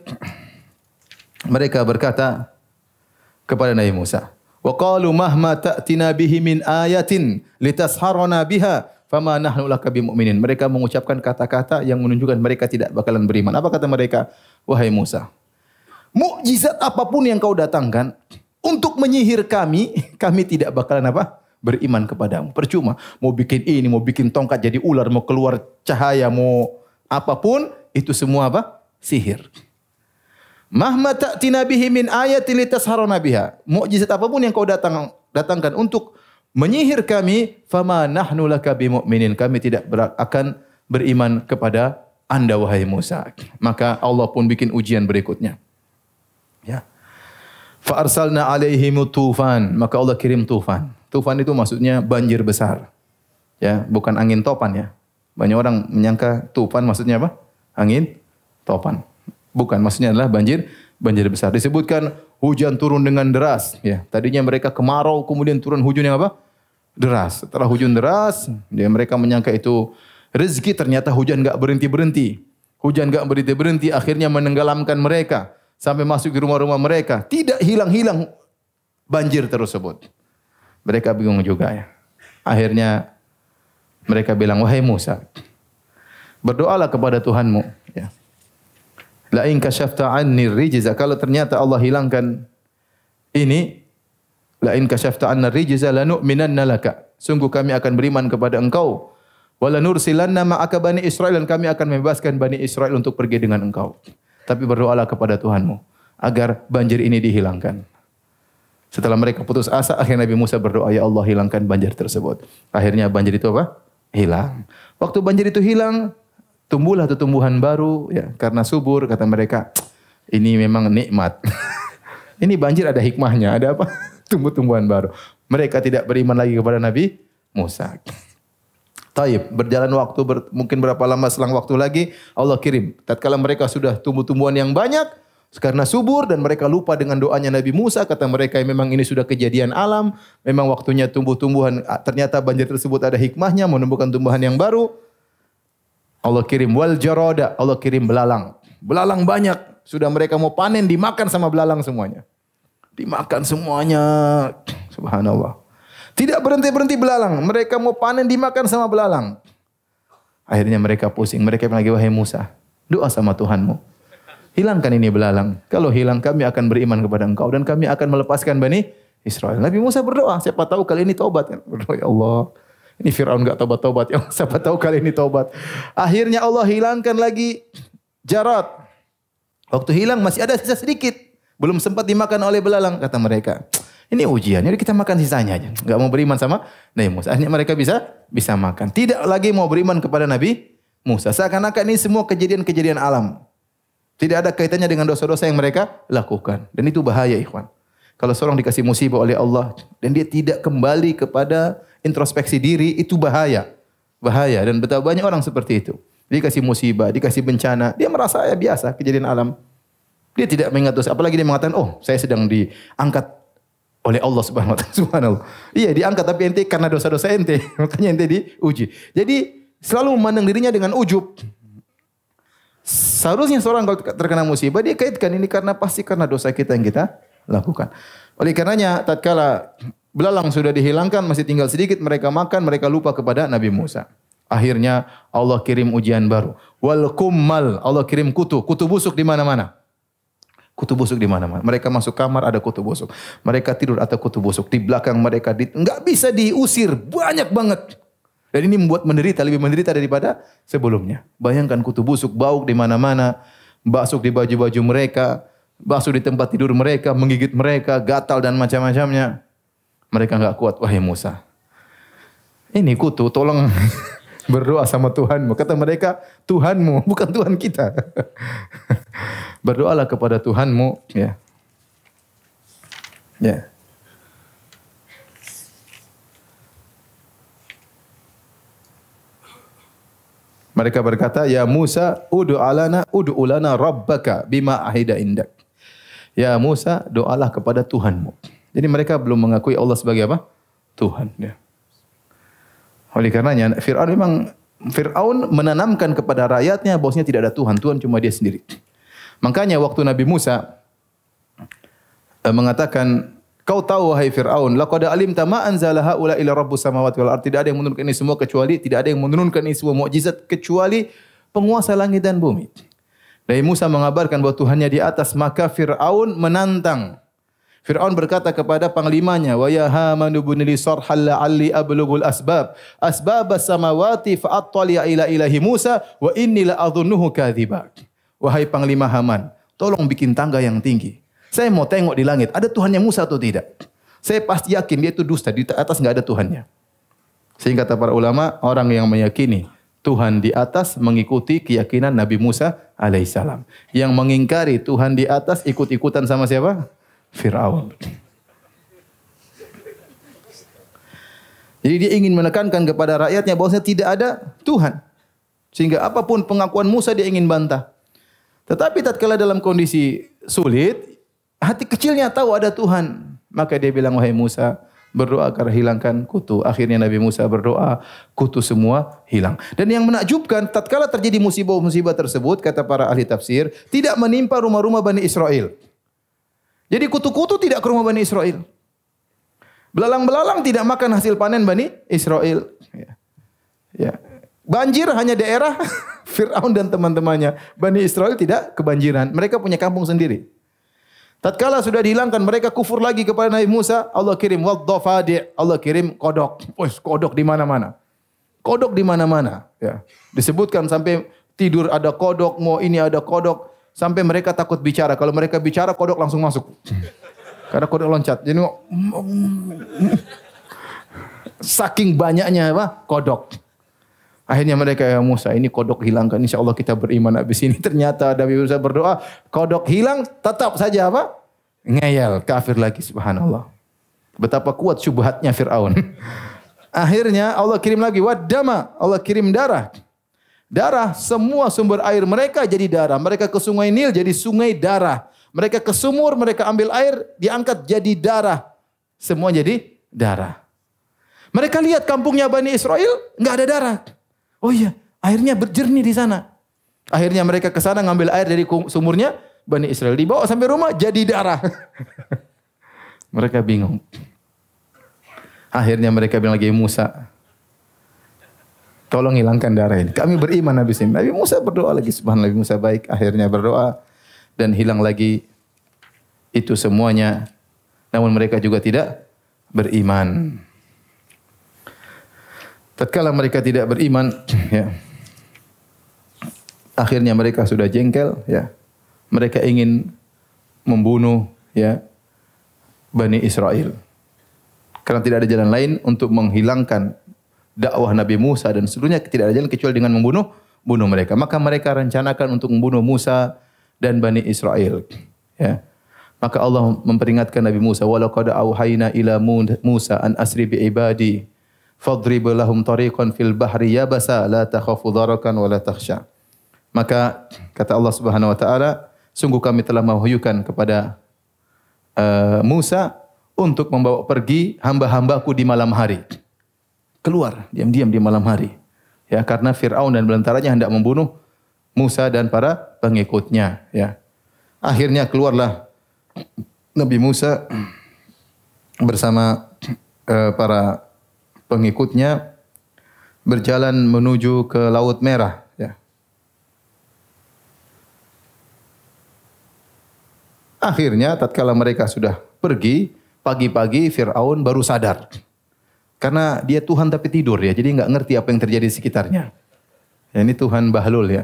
mereka berkata kepada Nabi Musa, wa qalu mahma ta'tina bihi min ayatin litasharana biha fama nahnu laka bimu'minin. Mereka mengucapkan kata-kata yang menunjukkan mereka tidak bakalan beriman. Apa kata mereka? Wahai Musa, mukjizat apapun yang kau datangkan untuk menyihir kami, kami tidak bakalan apa? Beriman kepadamu. Percuma. Mau bikin ini, mau bikin tongkat jadi ular, mau keluar cahaya, mau apapun, itu semua apa? Sihir. Mahma ta'tina bihi min ayatin litasharana biha. Mukjizat apapun yang kau datangkan untuk menyihir kami, fama nahnu laka bimu'minin. Kami tidak akan beriman kepada Anda wahai Musa. Maka Allah pun bikin ujian berikutnya. Ya. Fa arsalna alaihim tufan, maka Allah kirim tufan. Tufan itu maksudnya banjir besar. Ya, bukan angin topan ya. Banyak orang menyangka tufan maksudnya apa? Angin topan. Bukan, maksudnya adalah banjir besar. Disebutkan hujan turun dengan deras, ya. Tadinya mereka kemarau, kemudian turun hujan yang apa? Deras. Setelah hujan deras, mereka menyangka itu rezeki, ternyata hujan enggak berhenti-berhenti. Hujan enggak berhenti-berhenti, akhirnya menenggelamkan mereka sampai masuk di rumah-rumah mereka. Tidak hilang-hilang banjir tersebut. Mereka bingung juga ya. Akhirnya mereka bilang, wahai Musa, berdoalah kepada Tuhanmu. Ya. La in kasyafta anni rijza, kalau ternyata Allah hilangkan ini, la in kasyafta anna rijza lanu'minanna laka. Sungguh kami akan beriman kepada engkau. Wa lanursilanna ma'aka bani Israil, dan kami akan membebaskan Bani Israel untuk pergi dengan engkau. Tapi berdoalah kepada Tuhanmu agar banjir ini dihilangkan. Setelah mereka putus asa, akhirnya Nabi Musa berdoa, ya Allah hilangkan banjir tersebut. Akhirnya banjir itu apa? Hilang. Waktu banjir itu hilang, tumbuhlah tumbuhan baru, ya, karena subur, kata mereka, ini memang nikmat. Ini banjir ada hikmahnya, ada apa? Tumbuh-tumbuhan baru. Mereka tidak beriman lagi kepada Nabi Musa. Taib, berjalan waktu mungkin berapa lama selang waktu lagi Allah kirim. Tatkala mereka sudah tumbuh-tumbuhan yang banyak karena subur dan mereka lupa dengan doanya Nabi Musa, kata mereka memang ini sudah kejadian alam, memang waktunya tumbuh-tumbuhan, ternyata banjir tersebut ada hikmahnya menumbuhkan tumbuhan yang baru. Allah kirim wal jarada, Allah kirim belalang. Belalang banyak, sudah mereka mau panen dimakan sama belalang semuanya. Dimakan semuanya. Subhanallah. Tidak berhenti-berhenti belalang. Mereka mau panen dimakan sama belalang. Akhirnya mereka pusing. Mereka bilang lagi, wahai Musa, doa sama Tuhanmu. Hilangkan ini belalang. Kalau hilang kami akan beriman kepada engkau. Dan kami akan melepaskan Bani Israel. Nabi Musa berdoa. Siapa tahu kali ini taubat. Berdoa, ya Allah. Ini Fir'aun enggak taubat-taubat. Ya Allah, siapa tahu kali ini taubat. Akhirnya Allah hilangkan lagi jarat. Waktu hilang masih ada sisa sedikit. Belum sempat dimakan oleh belalang, kata mereka. Ini ujian, jadi kita makan sisanya aja. Enggak mau beriman sama Nabi Musa. Akhirnya mereka bisa makan. Tidak lagi mau beriman kepada Nabi Musa. Seakan-akan ini semua kejadian-kejadian alam. Tidak ada kaitannya dengan dosa-dosa yang mereka lakukan. Dan itu bahaya, ikhwan. Kalau seorang dikasih musibah oleh Allah dan dia tidak kembali kepada introspeksi diri, itu bahaya. Bahaya. Dan betapa banyak orang seperti itu. Dikasih musibah, dikasih bencana, dia merasa ya biasa, kejadian alam. Dia tidak mengingat dosa. Apalagi dia mengatakan, oh saya sedang diangkat oleh Allah Subhanahu wa taala. Subhanallah. Iya, diangkat tapi ente karena dosa-dosa ente, makanya ente diuji. Jadi selalu memandang dirinya dengan ujub. Seharusnya seorang kalau terkena musibah dia kaitkan ini pasti karena dosa kita yang kita lakukan. Oleh karenanya tatkala belalang sudah dihilangkan, masih tinggal sedikit, mereka makan, mereka lupa kepada Nabi Musa. Akhirnya Allah kirim ujian baru. Wal kummal, Allah kirim kutu busuk di mana-mana. Kutu busuk di mana-mana. Mereka masuk kamar ada kutu busuk. Mereka tidur ada kutu busuk. Di belakang mereka enggak bisa diusir, banyak banget. Dan ini membuat lebih menderita daripada sebelumnya. Bayangkan kutu busuk, bau di mana-mana, basuk di baju-baju mereka, basuk di tempat tidur mereka, menggigit mereka, gatal dan macam-macamnya. Mereka enggak kuat, wahai Musa. Ini kutu, tolong berdoa sama Tuhanmu. Kata mereka, Tuhanmu, bukan Tuhan kita. Berdoalah kepada Tuhanmu. Ya. Ya. Mereka berkata, ya Musa, ud'u lana rabbaka bima ahida indak. Ya Musa, doalah kepada Tuhanmu. Jadi mereka belum mengakui Allah sebagai apa? Tuhan. Ya. Oleh karenanya Fir'aun menanamkan kepada rakyatnya bahwasanya tidak ada Tuhan, Tuhan cuma dia sendiri. Makanya waktu Nabi Musa mengatakan, kau tahu wahai Fir'aun, laqad alimta ma anzala haula illa rabbus samawati wal ardh. Tidak ada yang menurunkan ini semua kecuali mukjizat kecuali penguasa langit dan bumi. Nabi Musa mengabarkan bahwa Tuhannya di atas, maka Fir'aun menantang. Fir'aun berkata kepada panglimanya, wa ya Haman ibn li sarhal la'alli ablughul asbabas samawati fa attali ila ilahi Musa wa inni la adhunnuhu kadziba. Wahai panglima Haman, tolong bikin tangga yang tinggi. Saya mau tengok di langit, ada Tuhannya Musa atau tidak. Saya pasti yakin dia itu dusta, di atas enggak ada Tuhannya. Sehingga kata para ulama, orang yang meyakini Tuhan di atas mengikuti keyakinan Nabi Musa alaihissalam. Yang mengingkari Tuhan di atas ikut-ikutan sama siapa? Fir'aun. Jadi dia ingin menekankan kepada rakyatnya bahwasanya tidak ada Tuhan. Sehingga apapun pengakuan Musa dia ingin bantah. Tetapi tatkala dalam kondisi sulit, hati kecilnya tahu ada Tuhan. Maka dia bilang, wahai Musa, berdoa agar hilangkan kutu. Akhirnya Nabi Musa berdoa, kutu semua hilang. Dan yang menakjubkan, tatkala terjadi musibah-musibah tersebut, kata para ahli tafsir, tidak menimpa rumah-rumah Bani Israel. Jadi kutu-kutu tidak ke rumah Bani Israel. Belalang-belalang tidak makan hasil panen Bani Israel. Ya. Banjir hanya daerah Fir'aun dan teman-temannya. Bani Israel tidak kebanjiran. Mereka punya kampung sendiri. Tatkala sudah dihilangkan, mereka kufur lagi kepada Nabi Musa. Allah kirim wadh-dhafadi'. Allah kirim kodok. Kodok di mana-mana. Kodok di mana-mana. Ya. Disebutkan sampai tidur ada kodok, mau ini ada kodok. Sampai mereka takut bicara. Kalau mereka bicara, kodok langsung masuk. Karena kodok loncat. Jadi saking banyaknya apa? Kodok. Akhirnya mereka, ya Musa, ini kodok hilangkan. Insya Allah kita beriman habis ini. Ternyata Nabi Musa berdoa, kodok hilang, tetap saja apa? Ngeyel, kafir lagi, subhanallah. Betapa kuat syubhatnya Fir'aun. Akhirnya Allah kirim lagi waddama, Allah kirim darah. Darah, semua sumber air mereka jadi darah. Mereka ke sungai Nil jadi sungai darah. Mereka ke sumur, mereka ambil air, diangkat jadi darah. Semua jadi darah. Mereka lihat kampungnya Bani Israel, enggak ada darah. Oh iya, airnya berjernih di sana. Akhirnya mereka ke sana ngambil air dari sumurnya Bani Israel. Dibawa sampai rumah jadi darah. Mereka bingung. Akhirnya mereka bilang lagi, Musa, tolong hilangkan darah ini. Kami beriman habis ini. Nabi Musa berdoa lagi. Subhanallah, Nabi Musa baik. Akhirnya berdoa dan hilang lagi itu semuanya. Namun mereka juga tidak beriman. Tatkala mereka tidak beriman, ya, akhirnya mereka sudah jengkel, ya. Mereka ingin membunuh, ya, Bani Israel. Karena tidak ada jalan lain untuk menghilangkan dakwah Nabi Musa dan seluruhnya, tidak ada jalan kecuali dengan membunuh mereka. Maka mereka rencanakan untuk membunuh Musa dan Bani Israel. Ya. Maka Allah memperingatkan Nabi Musa, "Walaqad auhayna ila Musa an asri bi ibadi fadrib lahum tariqan fil bahri yabasa la takhafu darakan wa la takhsha." Maka kata Allah Subhanahu wa taala, sungguh kami telah mewahyukan kepada Musa untuk membawa pergi hamba-hambaku di malam hari. Keluar diam-diam di malam hari. Ya, karena Fir'aun dan belantaranya hendak membunuh Musa dan para pengikutnya, ya. Akhirnya keluarlah Nabi Musa bersama para pengikutnya berjalan menuju ke Laut Merah, ya. Akhirnya tatkala mereka sudah pergi, pagi-pagi Fir'aun baru sadar. Karena dia Tuhan tapi tidur, ya. Jadi enggak ngerti apa yang terjadi di sekitarnya. Ya, ini Tuhan bahlul, ya.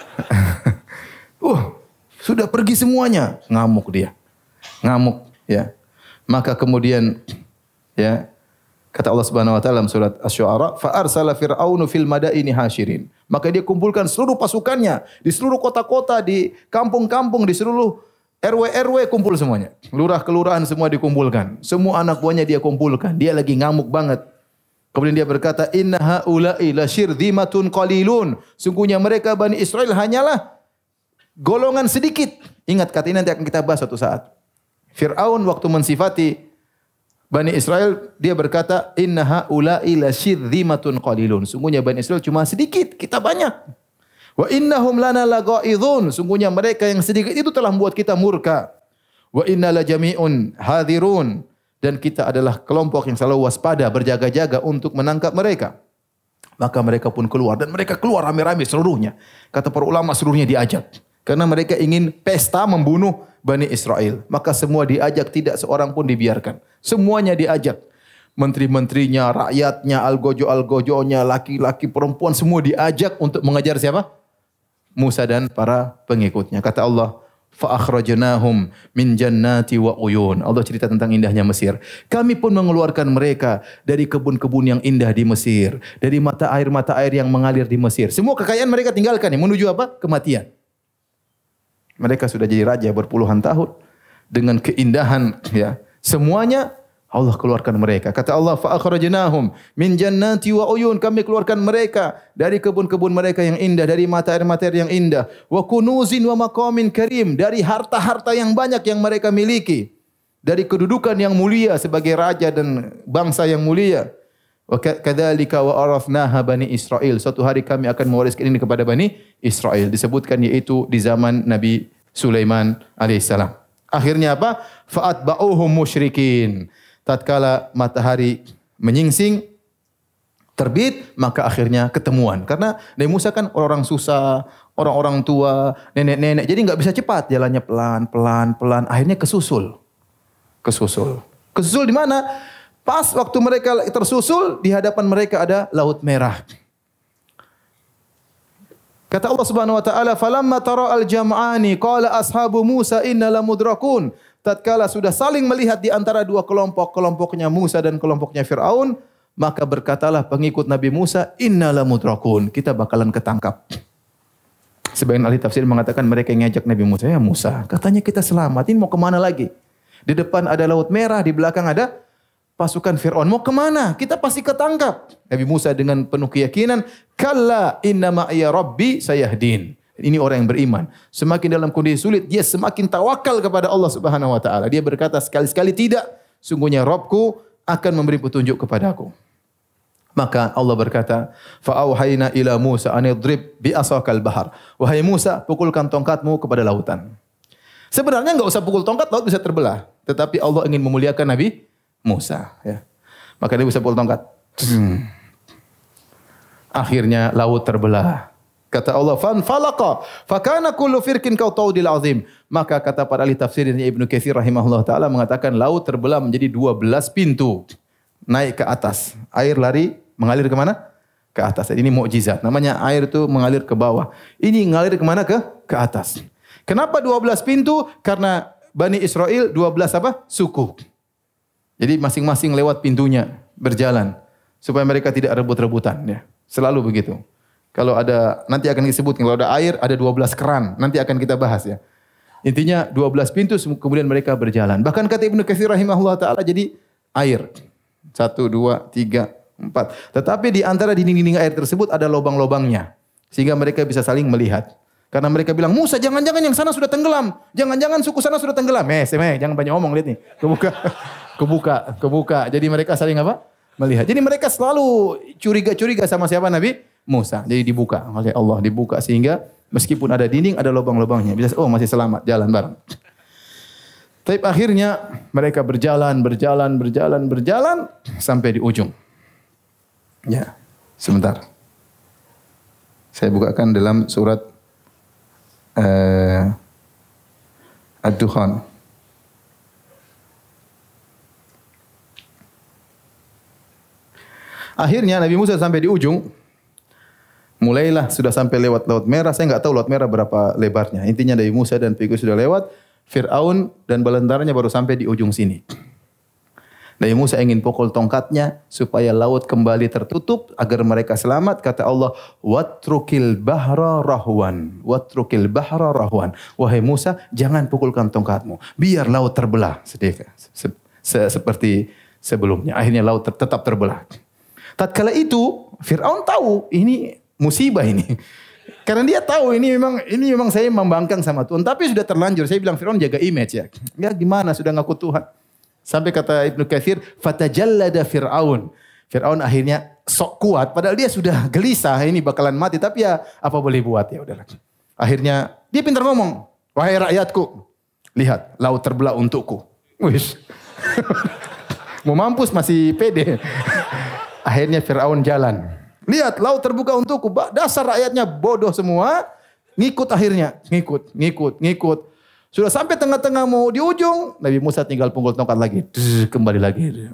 Sudah pergi semuanya. Ngamuk dia. Ngamuk, ya. Maka kemudian, ya, kata Allah Subhanahu wa taala dalam surat Asy-Syu'ara, "Fa arsala fir'aunu fil madaini hasyirin." Maka dia kumpulkan seluruh pasukannya di seluruh kota-kota, di kampung-kampung, di seluruh RW kumpul semuanya. Lurah kelurahan semua dikumpulkan. Semua anak buahnya dia kumpulkan. Dia lagi ngamuk banget. Kemudian dia berkata, "Inna haula'i lasyirdzimatun qalilun." Sungguhnya mereka Bani Israel hanyalah golongan sedikit. Ingat, kata ini nanti akan kita bahas suatu saat. Fir'aun waktu mensifati Bani Israel, dia berkata, "Inna haula'i lasyirdzimatun qalilun." Sungguhnya Bani Israel cuma sedikit, kita banyak. Wa innahum lana laghaidun. Sungguhnya mereka yang sedikit itu telah membuat kita murka. Wa inna la jami'un hadirun. Dan kita adalah kelompok yang selalu waspada, berjaga-jaga untuk menangkap mereka. Maka mereka pun keluar. Dan mereka keluar rame-rame seluruhnya. Kata para ulama seluruhnya diajak. Karena mereka ingin pesta membunuh Bani Israel. Maka semua diajak, tidak seorang pun dibiarkan. Semuanya diajak. Menteri-menterinya, rakyatnya, algojo-algojonya, laki-laki, perempuan, semua diajak untuk mengejar siapa? Musa dan para pengikutnya. Kata Allah, fa akhrajnahum min jannati wa uyun. Allah cerita tentang indahnya Mesir. Kami pun mengeluarkan mereka dari kebun-kebun yang indah di Mesir, dari mata air yang mengalir di Mesir. Semua kekayaan mereka tinggalkan, menuju apa? Kematian. Mereka sudah jadi raja berpuluhan tahun dengan keindahan, ya. Semuanya Allah keluarkan mereka. Kata Allah, fa akhrajnahum min jannati wa uyun. Kami keluarkan mereka dari kebun-kebun mereka yang indah, dari mata air yang indah. Wa kunuzin wa maqamin karim. Dari harta-harta yang banyak yang mereka miliki. Dari kedudukan yang mulia sebagai raja dan bangsa yang mulia. Wa kadzalika wa arafnaha Bani Israil. Suatu hari kami akan mewariskan ini kepada Bani Israil. Disebutkan yaitu di zaman Nabi Sulaiman alaihissalam. Akhirnya apa? Fa'atba'uhum musyrikin. Tatkala matahari menyingsing, terbit, maka akhirnya ketemuan. Karena Nabi Musa kan orang-orang susah, orang-orang tua, nenek-nenek. Jadi enggak bisa cepat, jalannya pelan-pelan. Akhirnya kesusul. Kesusul di mana? Pas waktu mereka tersusul, di hadapan mereka ada Laut Merah. Kata Allah Subhanahu wa taala, "Falamma tara al-jam'ani qala ashabu Musa inna lamudrakun." Tatkala sudah saling melihat di antara dua kelompok, kelompoknya Musa dan kelompoknya Fir'aun, maka berkatalah pengikut Nabi Musa, "Inna lamudrakun." Kita bakalan ketangkap. Sebagian ahli tafsir mengatakan mereka yang ngajak Nabi Musa, "Ya Musa, katanya kita selamat, ini mau kemana lagi? Di depan ada Laut Merah, di belakang ada pasukan Fir'aun. Mau kemana? Kita pasti ketangkap. Nabi Musa dengan penuh keyakinan, kalla inna ma'iya rabbi sayahdin. Ini orang yang beriman. Semakin dalam kondisi sulit, dia semakin tawakal kepada Allah Subhanahu wa taala. Dia berkata sekali-sekali tidak, sungguhnya Rabbku akan memberi petunjuk kepadaku. Maka Allah berkata, fa auhayna ila Musa an idrib bi asakal bahar. Wahai Musa, pukulkan tongkatmu kepada lautan. Sebenarnya enggak usah pukul tongkat, laut bisa terbelah. Tetapi Allah ingin memuliakan Nabi Musa, ya. Maka dia bisa pukul tongkat. Akhirnya laut terbelah. Kata Allah, "Fanfalaqa, fakana kullu firqin kautaudil azim." Maka kata para ahli tafsir Ibnu Katsir rahimahullah taala mengatakan laut terbelah menjadi 12 pintu. Naik ke atas. Air lari mengalir ke mana? Ke atas. Ini mukjizat. Namanya air itu mengalir ke bawah. Ini mengalir ke mana? Ke atas. Kenapa 12 pintu? Karena Bani Israel 12 apa? Suku. Jadi masing-masing lewat pintunya berjalan supaya mereka tidak rebut-rebutan, ya. Selalu begitu. Kalau ada, nanti akan disebut, kalau ada air, ada 12 keran. Nanti akan kita bahas, ya. Intinya 12 pintu, kemudian mereka berjalan. Bahkan kata Ibnu Katsir rahimahullah ta'ala, jadi air. 1, 2, 3, 4. Tetapi di antara dinding-dinding air tersebut ada lubang-lubangnya. Sehingga mereka bisa saling melihat. Karena mereka bilang, Musa jangan-jangan yang sana sudah tenggelam. Jangan-jangan suku sana sudah tenggelam. Jangan banyak ngomong, lihat nih. Kebuka. Jadi mereka saling apa? Melihat. Jadi mereka selalu curiga-curiga sama siapa? Nabi Musa. Jadi dibuka oleh Allah, dibuka sehingga meskipun ada dinding, ada lubang-lubangnya. Bisa, oh masih selamat, jalan bareng. Tapi akhirnya mereka berjalan sampai di ujung. Ya, sebentar. Saya bukakan dalam surat Ad-Dukhan. Akhirnya Nabi Musa sampai di ujung. Mulailah sudah sampai lewat Laut Merah. Saya enggak tahu Laut Merah berapa lebarnya. Intinya Nabi Musa dan pengikut sudah lewat. Fir'aun dan bala tentaranya baru sampai di ujung sini. Nabi Musa ingin pukul tongkatnya supaya laut kembali tertutup agar mereka selamat. Kata Allah, "Watrukil bahra rahwan." Watrukil bahra rahwan. Wahai Musa, jangan pukulkan tongkatmu. Biar laut terbelah sedikit seperti sebelumnya. Akhirnya laut tetap terbelah. Tatkala itu Fir'aun tahu ini musibah ini. Karena dia tahu ini memang saya membangkang sama Tuhan. Tapi sudah terlanjur. Saya bilang Fir'aun jaga image ya. Ya gimana sudah ngaku Tuhan. Sampai kata Ibnu Katsir, fatajallada Fir'aun. Fir'aun akhirnya sok kuat. Padahal dia sudah gelisah ini bakalan mati. Tapi ya apa boleh buat ya udahlah. Akhirnya dia pintar ngomong. Wahai rakyatku. Lihat laut terbelah untukku. Wih. Mau mampus masih pede. Akhirnya Fir'aun jalan. Lihat, laut terbuka untukku. Dasar rakyatnya bodoh semua. Ngikut akhirnya. Ngikut. Sudah sampai tengah-tengah mau di ujung. Nabi Musa tinggal pukul tongkat lagi. Kembali lagi.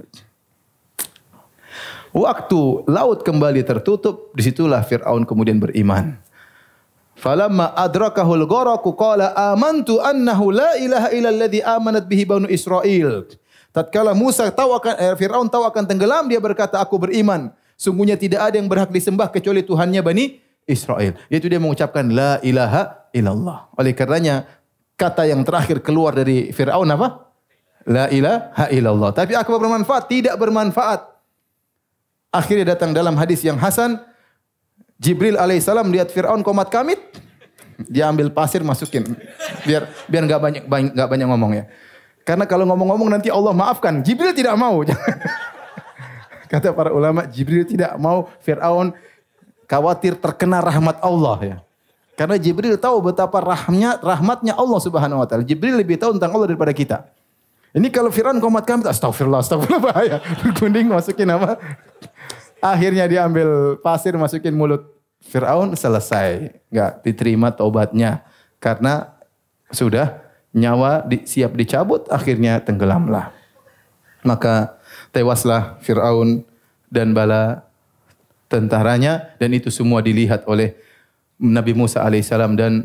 Waktu laut kembali tertutup. Disitulah Fir'aun kemudian beriman. Falamma adrakahul gharaku qala amantu annahu la ilaha illalladzi amanat bihi banu Israil. Tatkala Fir'aun tahu akan tenggelam, dia berkata, aku beriman. Sungguhnya tidak ada yang berhak disembah kecuali Tuhannya Bani Israel. Yaitu dia mengucapkan la ilaha illallah. Oleh karenanya kata yang terakhir keluar dari Fir'aun apa? La ilaha illallah. Tapi apa bermanfaat? Tidak bermanfaat. Akhirnya datang dalam hadis yang hasan, Jibril alaihissalam lihat Fir'aun komat kamit, dia ambil pasir masukin. Biar enggak banyak ngomong ya. Karena kalau ngomong-ngomong nanti Allah maafkan. Jibril tidak mau. Kata para ulama, Jibril tidak mau Fir'aun khawatir terkena rahmat Allah ya. Karena Jibril tahu betapa rahmatnya Allah Subhanahu wa taala. Jibril lebih tahu tentang Allah daripada kita. Ini kalau Fir'aun komat kami, astagfirullah bahaya. Bergunding masukin apa? Akhirnya diambil pasir masukin mulut Fir'aun, selesai. Enggak diterima taubatnya. Karena sudah nyawa siap dicabut, akhirnya tenggelamlah. Maka tewaslah Fir'aun dan bala tentaranya, dan itu semua dilihat oleh Nabi Musa alaihissalam dan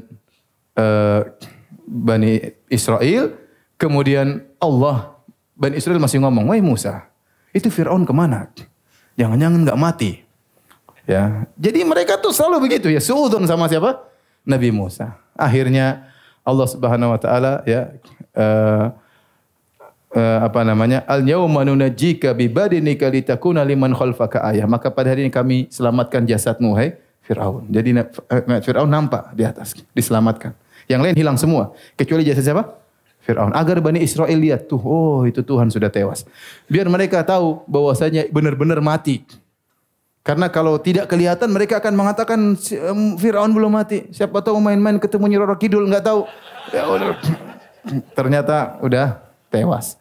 Bani Israel. Kemudian Bani Israel masih ngomong, wahai Musa, itu Fir'aun kemana? Jangan-jangan enggak mati. Ya, jadi mereka tuh selalu begitu ya, suudzon sama siapa? Nabi Musa. Akhirnya Allah Subhanahu wa taala ya apa namanya? Al-yauma nunajjika bi badinika litakuna liman khalfaka ayah. Maka pada hari ini kami selamatkan jasadmu hai Firaun. Jadi Firaun nampak di atas, diselamatkan. Yang lain hilang semua, kecuali jasad siapa? Firaun. Agar Bani Israel lihat tuh, oh itu Tuhan sudah tewas. Biar mereka tahu bahwasanya benar-benar mati. Karena kalau tidak kelihatan mereka akan mengatakan Firaun belum mati. Siapa tahu main-main ketemu Nyi Roro Kidul enggak tahu. Ya udah. Ternyata udah tewas.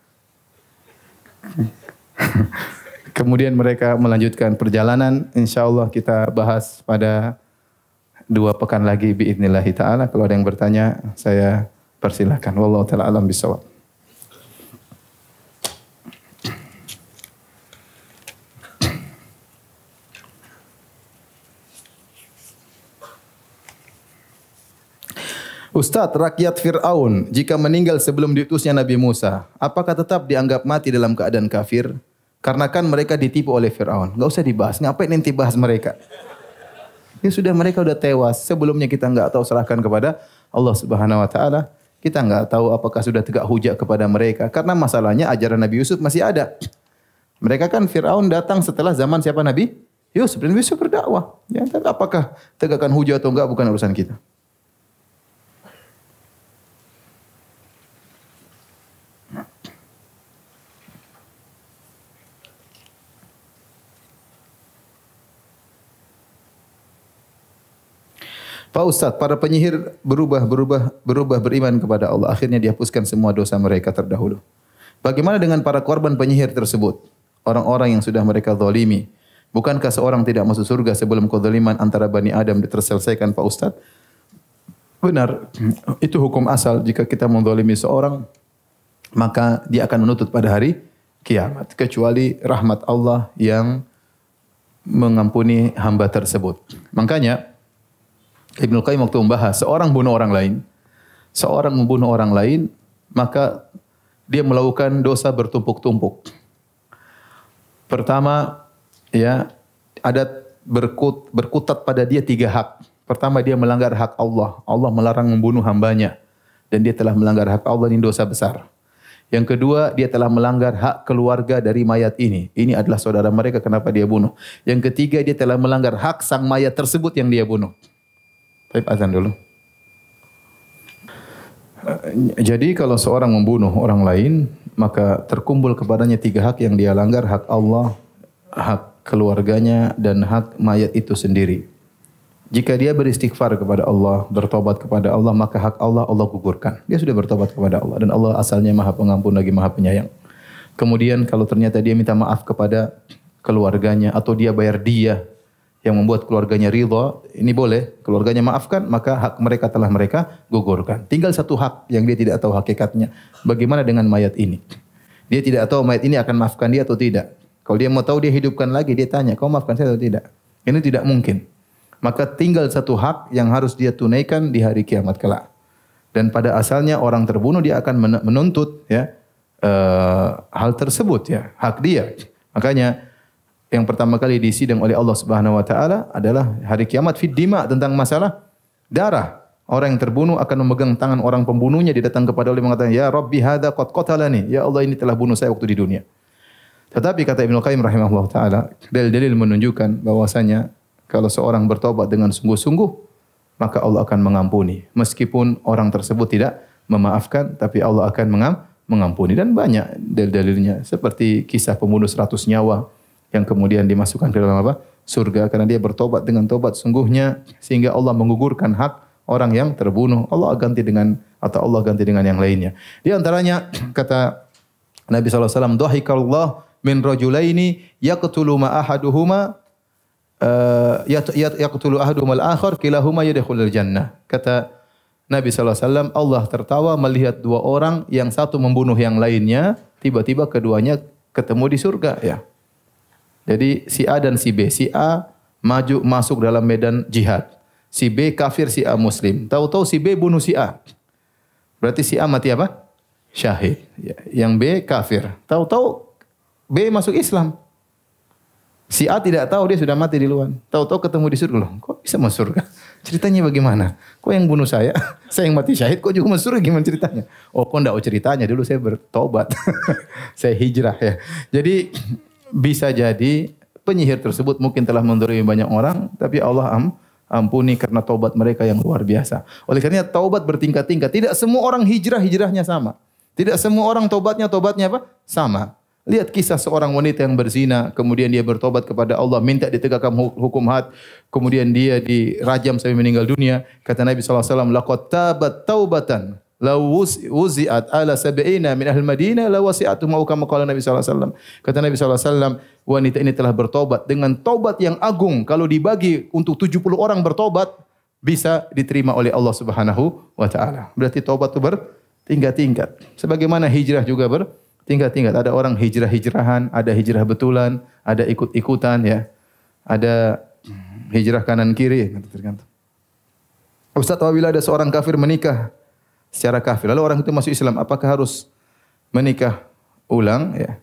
Kemudian mereka melanjutkan perjalanan. InsyaAllah kita bahas pada 2 pekan lagi biidznillah ta'ala. Kalau ada yang bertanya saya persilahkan. Wallahu ta'ala alam bisawab. Ustaz, rakyat Fir'aun jika meninggal sebelum diutusnya Nabi Musa, apakah tetap dianggap mati dalam keadaan kafir? Karena kan mereka ditipu oleh Fir'aun. Enggak usah dibahas, ngapain nanti bahas mereka? Ya sudah, mereka sudah tewas. Sebelumnya kita enggak tahu, serahkan kepada Allah Subhanahu wa taala. Kita enggak tahu apakah sudah tegak hujah kepada mereka. Karena masalahnya ajaran Nabi Yusuf masih ada. Mereka kan Fir'aun datang setelah zaman siapa Nabi Yusuf. Dan Yusuf berdakwah. Ya, apakah tegakkan hujah atau enggak bukan urusan kita. Pak Ustaz, para penyihir berubah beriman kepada Allah. Akhirnya dihapuskan semua dosa mereka terdahulu. Bagaimana dengan para korban penyihir tersebut? Orang-orang yang sudah mereka zalimi. Bukankah seorang tidak masuk surga sebelum kezaliman antara Bani Adam terselesaikan Pak Ustaz? Benar, itu hukum asal. Jika kita menzalimi seorang, maka dia akan menuntut pada hari kiamat. Kecuali rahmat Allah yang mengampuni hamba tersebut. Makanya, Ibnu Qayyim waktu membahas seorang membunuh orang lain, maka dia melakukan dosa bertumpuk-tumpuk. Pertama, ya, ada berkutat pada dia 3 hak. Pertama, dia melanggar hak Allah. Allah melarang membunuh hambanya dan dia telah melanggar hak Allah, ini dosa besar. Yang kedua, dia telah melanggar hak keluarga dari mayat ini. Ini adalah saudara mereka, kenapa dia bunuh? Yang ketiga, dia telah melanggar hak sang mayat tersebut yang dia bunuh. Baik, azan dulu. Jadi kalau seorang membunuh orang lain, maka terkumpul kepadanya 3 hak yang dia langgar, hak Allah, hak keluarganya, dan hak mayat itu sendiri. Jika dia beristighfar kepada Allah, bertobat kepada Allah, maka hak Allah, Allah gugurkan. Dia sudah bertobat kepada Allah, dan Allah asalnya Maha Pengampun lagi Maha Penyayang. Kemudian kalau ternyata dia minta maaf kepada keluarganya, atau dia bayar dia yang membuat keluarganya ridha, ini boleh, keluarganya maafkan, maka hak mereka telah mereka gugurkan. Tinggal 1 hak yang dia tidak tahu hakikatnya. Bagaimana dengan mayat ini? Dia tidak tahu mayat ini akan maafkan dia atau tidak. Kalau dia mau tahu, dia hidupkan lagi, dia tanya, kau maafkan saya atau tidak? Ini tidak mungkin. Maka tinggal 1 hak yang harus dia tunaikan di hari kiamat kelak. Dan pada asalnya orang terbunuh dia akan menuntut ya hal tersebut ya, hak dia. Makanya yang pertama kali disidang oleh Allah Subhanahu wa taala adalah hari kiamat fid dima, tentang masalah darah. Orang yang terbunuh akan memegang tangan orang pembunuhnya, dia datang kepada Allah mengatakan, "Ya Rabbi hadza qad qatalani." Ya Allah, ini telah bunuh saya waktu di dunia. Tetapi kata Ibnu Qayyim rahimahullah taala, dalil-dalil menunjukkan bahwasanya kalau seorang bertobat dengan sungguh-sungguh, maka Allah akan mengampuni. Meskipun orang tersebut tidak memaafkan, tapi Allah akan mengampuni. Dan banyak dalil-dalilnya, seperti kisah pembunuh 100 nyawa yang kemudian dimasukkan ke dalam apa? Surga, karena dia bertobat dengan tobat sungguhnya, sehingga Allah menggugurkan hak orang yang terbunuh. Allah ganti dengan yang lainnya. Di antaranya kata Nabi SAW, "Dhahikallah min rajulaini yaqtulu ma ahaduhuma yaqtulu ahaduhumal akhar kilahuma yadkhulul jannah." Kata Nabi SAW, Allah tertawa melihat 2 orang yang satu membunuh yang lainnya, tiba-tiba keduanya ketemu di surga ya. Jadi si A dan si B. Si A maju masuk dalam medan jihad. Si B kafir, si A muslim. Tahu-tahu si B bunuh si A. Berarti si A mati apa? Syahid. Yang B kafir. Tahu-tahu B masuk Islam. Si A tidak tahu, dia sudah mati di luar. Tahu-tahu ketemu di surga. Loh, kok bisa masuk surga? Ceritanya bagaimana? Kok yang bunuh saya? Saya yang mati syahid, kok juga masuk surga, gimana ceritanya? Oh, kok enggak ceritanya, dulu saya bertobat. Saya hijrah ya. Jadi bisa jadi penyihir tersebut mungkin telah mendolimi banyak orang, tapi Allah ampuni karena taubat mereka yang luar biasa. Oleh karena taubat bertingkat-tingkat. Tidak semua orang hijrahnya sama. Tidak semua orang taubatnya apa? Sama. Lihat kisah seorang wanita yang berzina, kemudian dia bertobat kepada Allah, minta ditegakkan hukum had, kemudian dia dirajam sampai meninggal dunia. Kata Nabi SAW, laqad tabat taubatan, law wuzi'at ala sab'ina min ahli Madinah, la wasi'atu mau kama qala Nabi SAW. Kata Nabi SAW, wanita ini telah bertobat dengan taubat yang agung. Kalau dibagi untuk 70 orang bertobat, bisa diterima oleh Allah Subhanahu wa taala. Berarti taubat itu bertingkat-tingkat. Sebagaimana hijrah juga bertingkat-tingkat. Ada orang hijrah-hijrahan, ada hijrah betulan, ada ikut-ikutan ya. Ada hijrah kanan kiri, tergantung. Ustaz, apabila ada seorang kafir menikah secara kafir, lalu orang itu masuk Islam, apakah harus menikah ulang ya?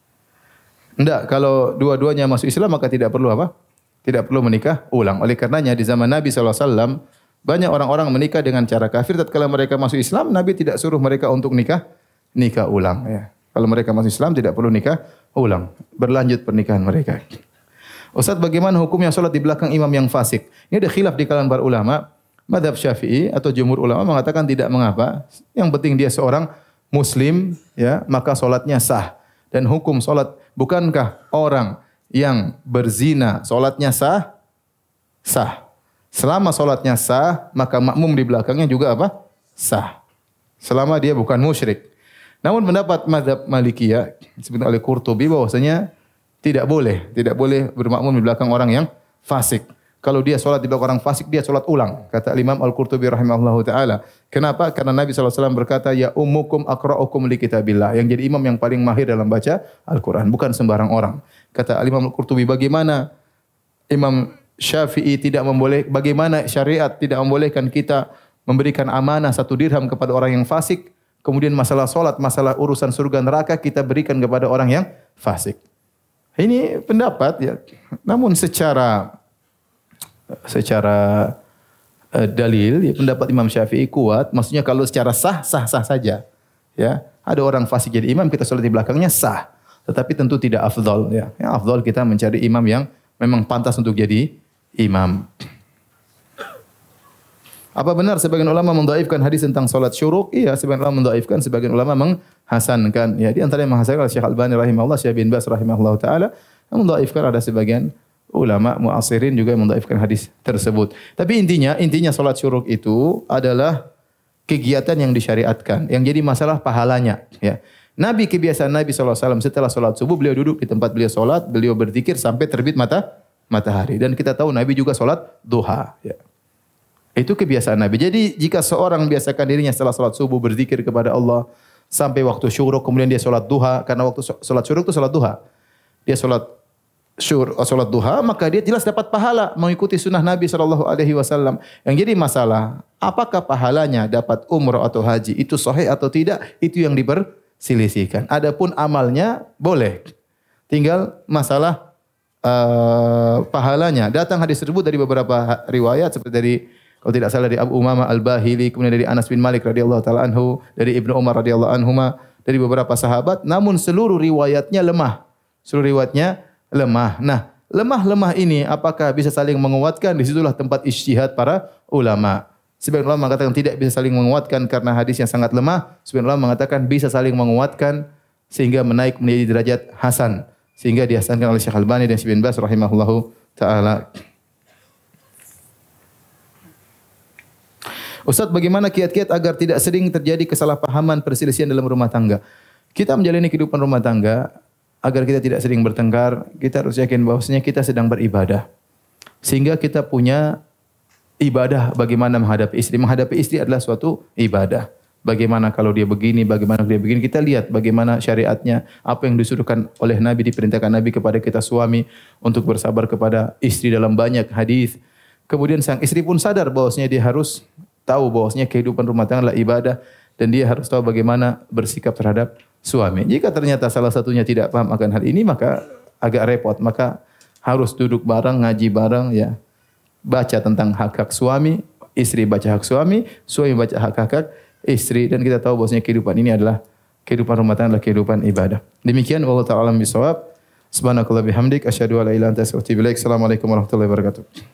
Enggak, kalau dua-duanya masuk Islam maka tidak perlu apa? Tidak perlu menikah ulang. Oleh karenanya di zaman Nabi SAW banyak orang-orang menikah dengan cara kafir. Tatkala mereka masuk Islam, Nabi tidak suruh mereka untuk nikah ulang ya. Kalau mereka masuk Islam tidak perlu nikah ulang. Berlanjut pernikahan mereka. Ustaz, bagaimana hukumnya salat di belakang imam yang fasik? Ini ada khilaf di kalangan para ulama. Mazhab Syafi'i atau jumhur ulama mengatakan tidak mengapa. Yang penting dia seorang muslim ya, maka salatnya sah. Dan hukum salat, bukankah orang yang berzina salatnya sah? Sah. Selama salatnya sah, maka makmum di belakangnya juga apa? Sah. Selama dia bukan musyrik. Namun pendapat mazhab Malikiyah disebut oleh Qurtubi bahwasanya tidak boleh bermakmum di belakang orang yang fasik. Kalau dia salat di belakang orang fasik, dia salat ulang. Kata Imam Al-Qurtubi rahimahullahu taala. Kenapa? Karena Nabi SAW berkata, ya ummukum aqra'ukum li kitabillah. Yang jadi imam yang paling mahir dalam baca Al-Quran, bukan sembarang orang. Kata Imam Al-Qurtubi, bagaimana Imam Syafi'i bagaimana syariat tidak membolehkan kita memberikan amanah 1 dirham kepada orang yang fasik, kemudian masalah salat, masalah urusan surga neraka kita berikan kepada orang yang fasik. Ini pendapat ya. Namun secara dalil ya, pendapat Imam Syafi'i kuat, maksudnya kalau secara sah saja. Ya, ada orang fasik jadi imam, kita salat di belakangnya sah. Tetapi tentu tidak afdal ya. Yang afdal kita mencari imam yang memang pantas untuk jadi imam. Apa benar sebagian ulama mendhaifkan hadis tentang salat syuruk? Iya, sebagian ulama mendhaifkan, sebagian ulama menghasankan. Ya, di antara yang menghasankan Syekh Al-Albani rahimahullah, Syekh bin Baz rahimahullah taala, mendhaifkan ada sebagian ulama muasirin juga mendhaifkan hadis tersebut. Tapi intinya salat syuruk itu adalah kegiatan yang disyariatkan. Yang jadi masalah pahalanya, ya. Kebiasaan Nabi SAW setelah salat subuh beliau duduk di tempat beliau salat, beliau berzikir sampai terbit matahari. Dan kita tahu Nabi juga salat duha, ya. Itu kebiasaan Nabi. Jadi jika seorang biasakan dirinya setelah salat subuh berzikir kepada Allah sampai waktu syuruk, kemudian dia salat duha, karena waktu salat syuruk itu salat duha. Dia salat duha, maka dia jelas dapat pahala mengikuti sunnah Nabi SAW. Yang jadi masalah, apakah pahalanya dapat umrah atau haji itu sahih atau tidak, itu yang diperselisihkan. Adapun amalnya boleh. Tinggal masalah pahalanya. Datang hadis tersebut dari beberapa riwayat seperti dari, kalau tidak salah, dari Abu Umamah Al-Bahili, kemudian dari Anas bin Malik radhiyallahu taala anhu, dari Ibnu Umar radhiyallahu anhuma, dari beberapa sahabat, namun seluruh riwayatnya lemah. Nah, lemah ini apakah bisa saling menguatkan? Disitulah tempat ijtihad para ulama. Sebagian ulama mengatakan tidak bisa saling menguatkan karena hadisnya sangat lemah. Sebagian ulama mengatakan bisa saling menguatkan sehingga menaik menjadi derajat hasan, sehingga dihasankan oleh Syekh Al-Albani dan Syekh bin Baz rahimahullahu taala. Ustaz, bagaimana kiat-kiat agar tidak sering terjadi kesalahpahaman perselisihan dalam rumah tangga? Kita menjalani kehidupan rumah tangga, agar kita tidak sering bertengkar, kita harus yakin bahwasanya kita sedang beribadah. Sehingga kita punya ibadah bagaimana menghadapi istri. Menghadapi istri adalah suatu ibadah. Bagaimana kalau dia begini, bagaimana kalau dia begini. Kita lihat bagaimana syariatnya, apa yang disuruhkan oleh Nabi, diperintahkan Nabi kepada kita suami untuk bersabar kepada istri dalam banyak hadis. Kemudian sang istri pun sadar bahwasanya dia harus tahu bahwasanya kehidupan rumah tangga adalah ibadah dan dia harus tahu bagaimana bersikap terhadap suami. Jika ternyata salah satunya tidak paham akan hal ini, maka agak repot. Maka harus duduk bareng, ngaji bareng, ya. baca tentang hak-hak suami, istri baca hak suami, suami baca hak-hak istri, dan kita tahu bahwasanya kehidupan ini adalah kehidupan rumah tangga, adalah kehidupan ibadah. Demikian wallahu ta'ala alam bisawab. Subhanakallah bihamdik asyhadu an la ilaha illa anta astaghfiruka wa atubu ilaik. Assalamualaikum warahmatullahi wabarakatuh.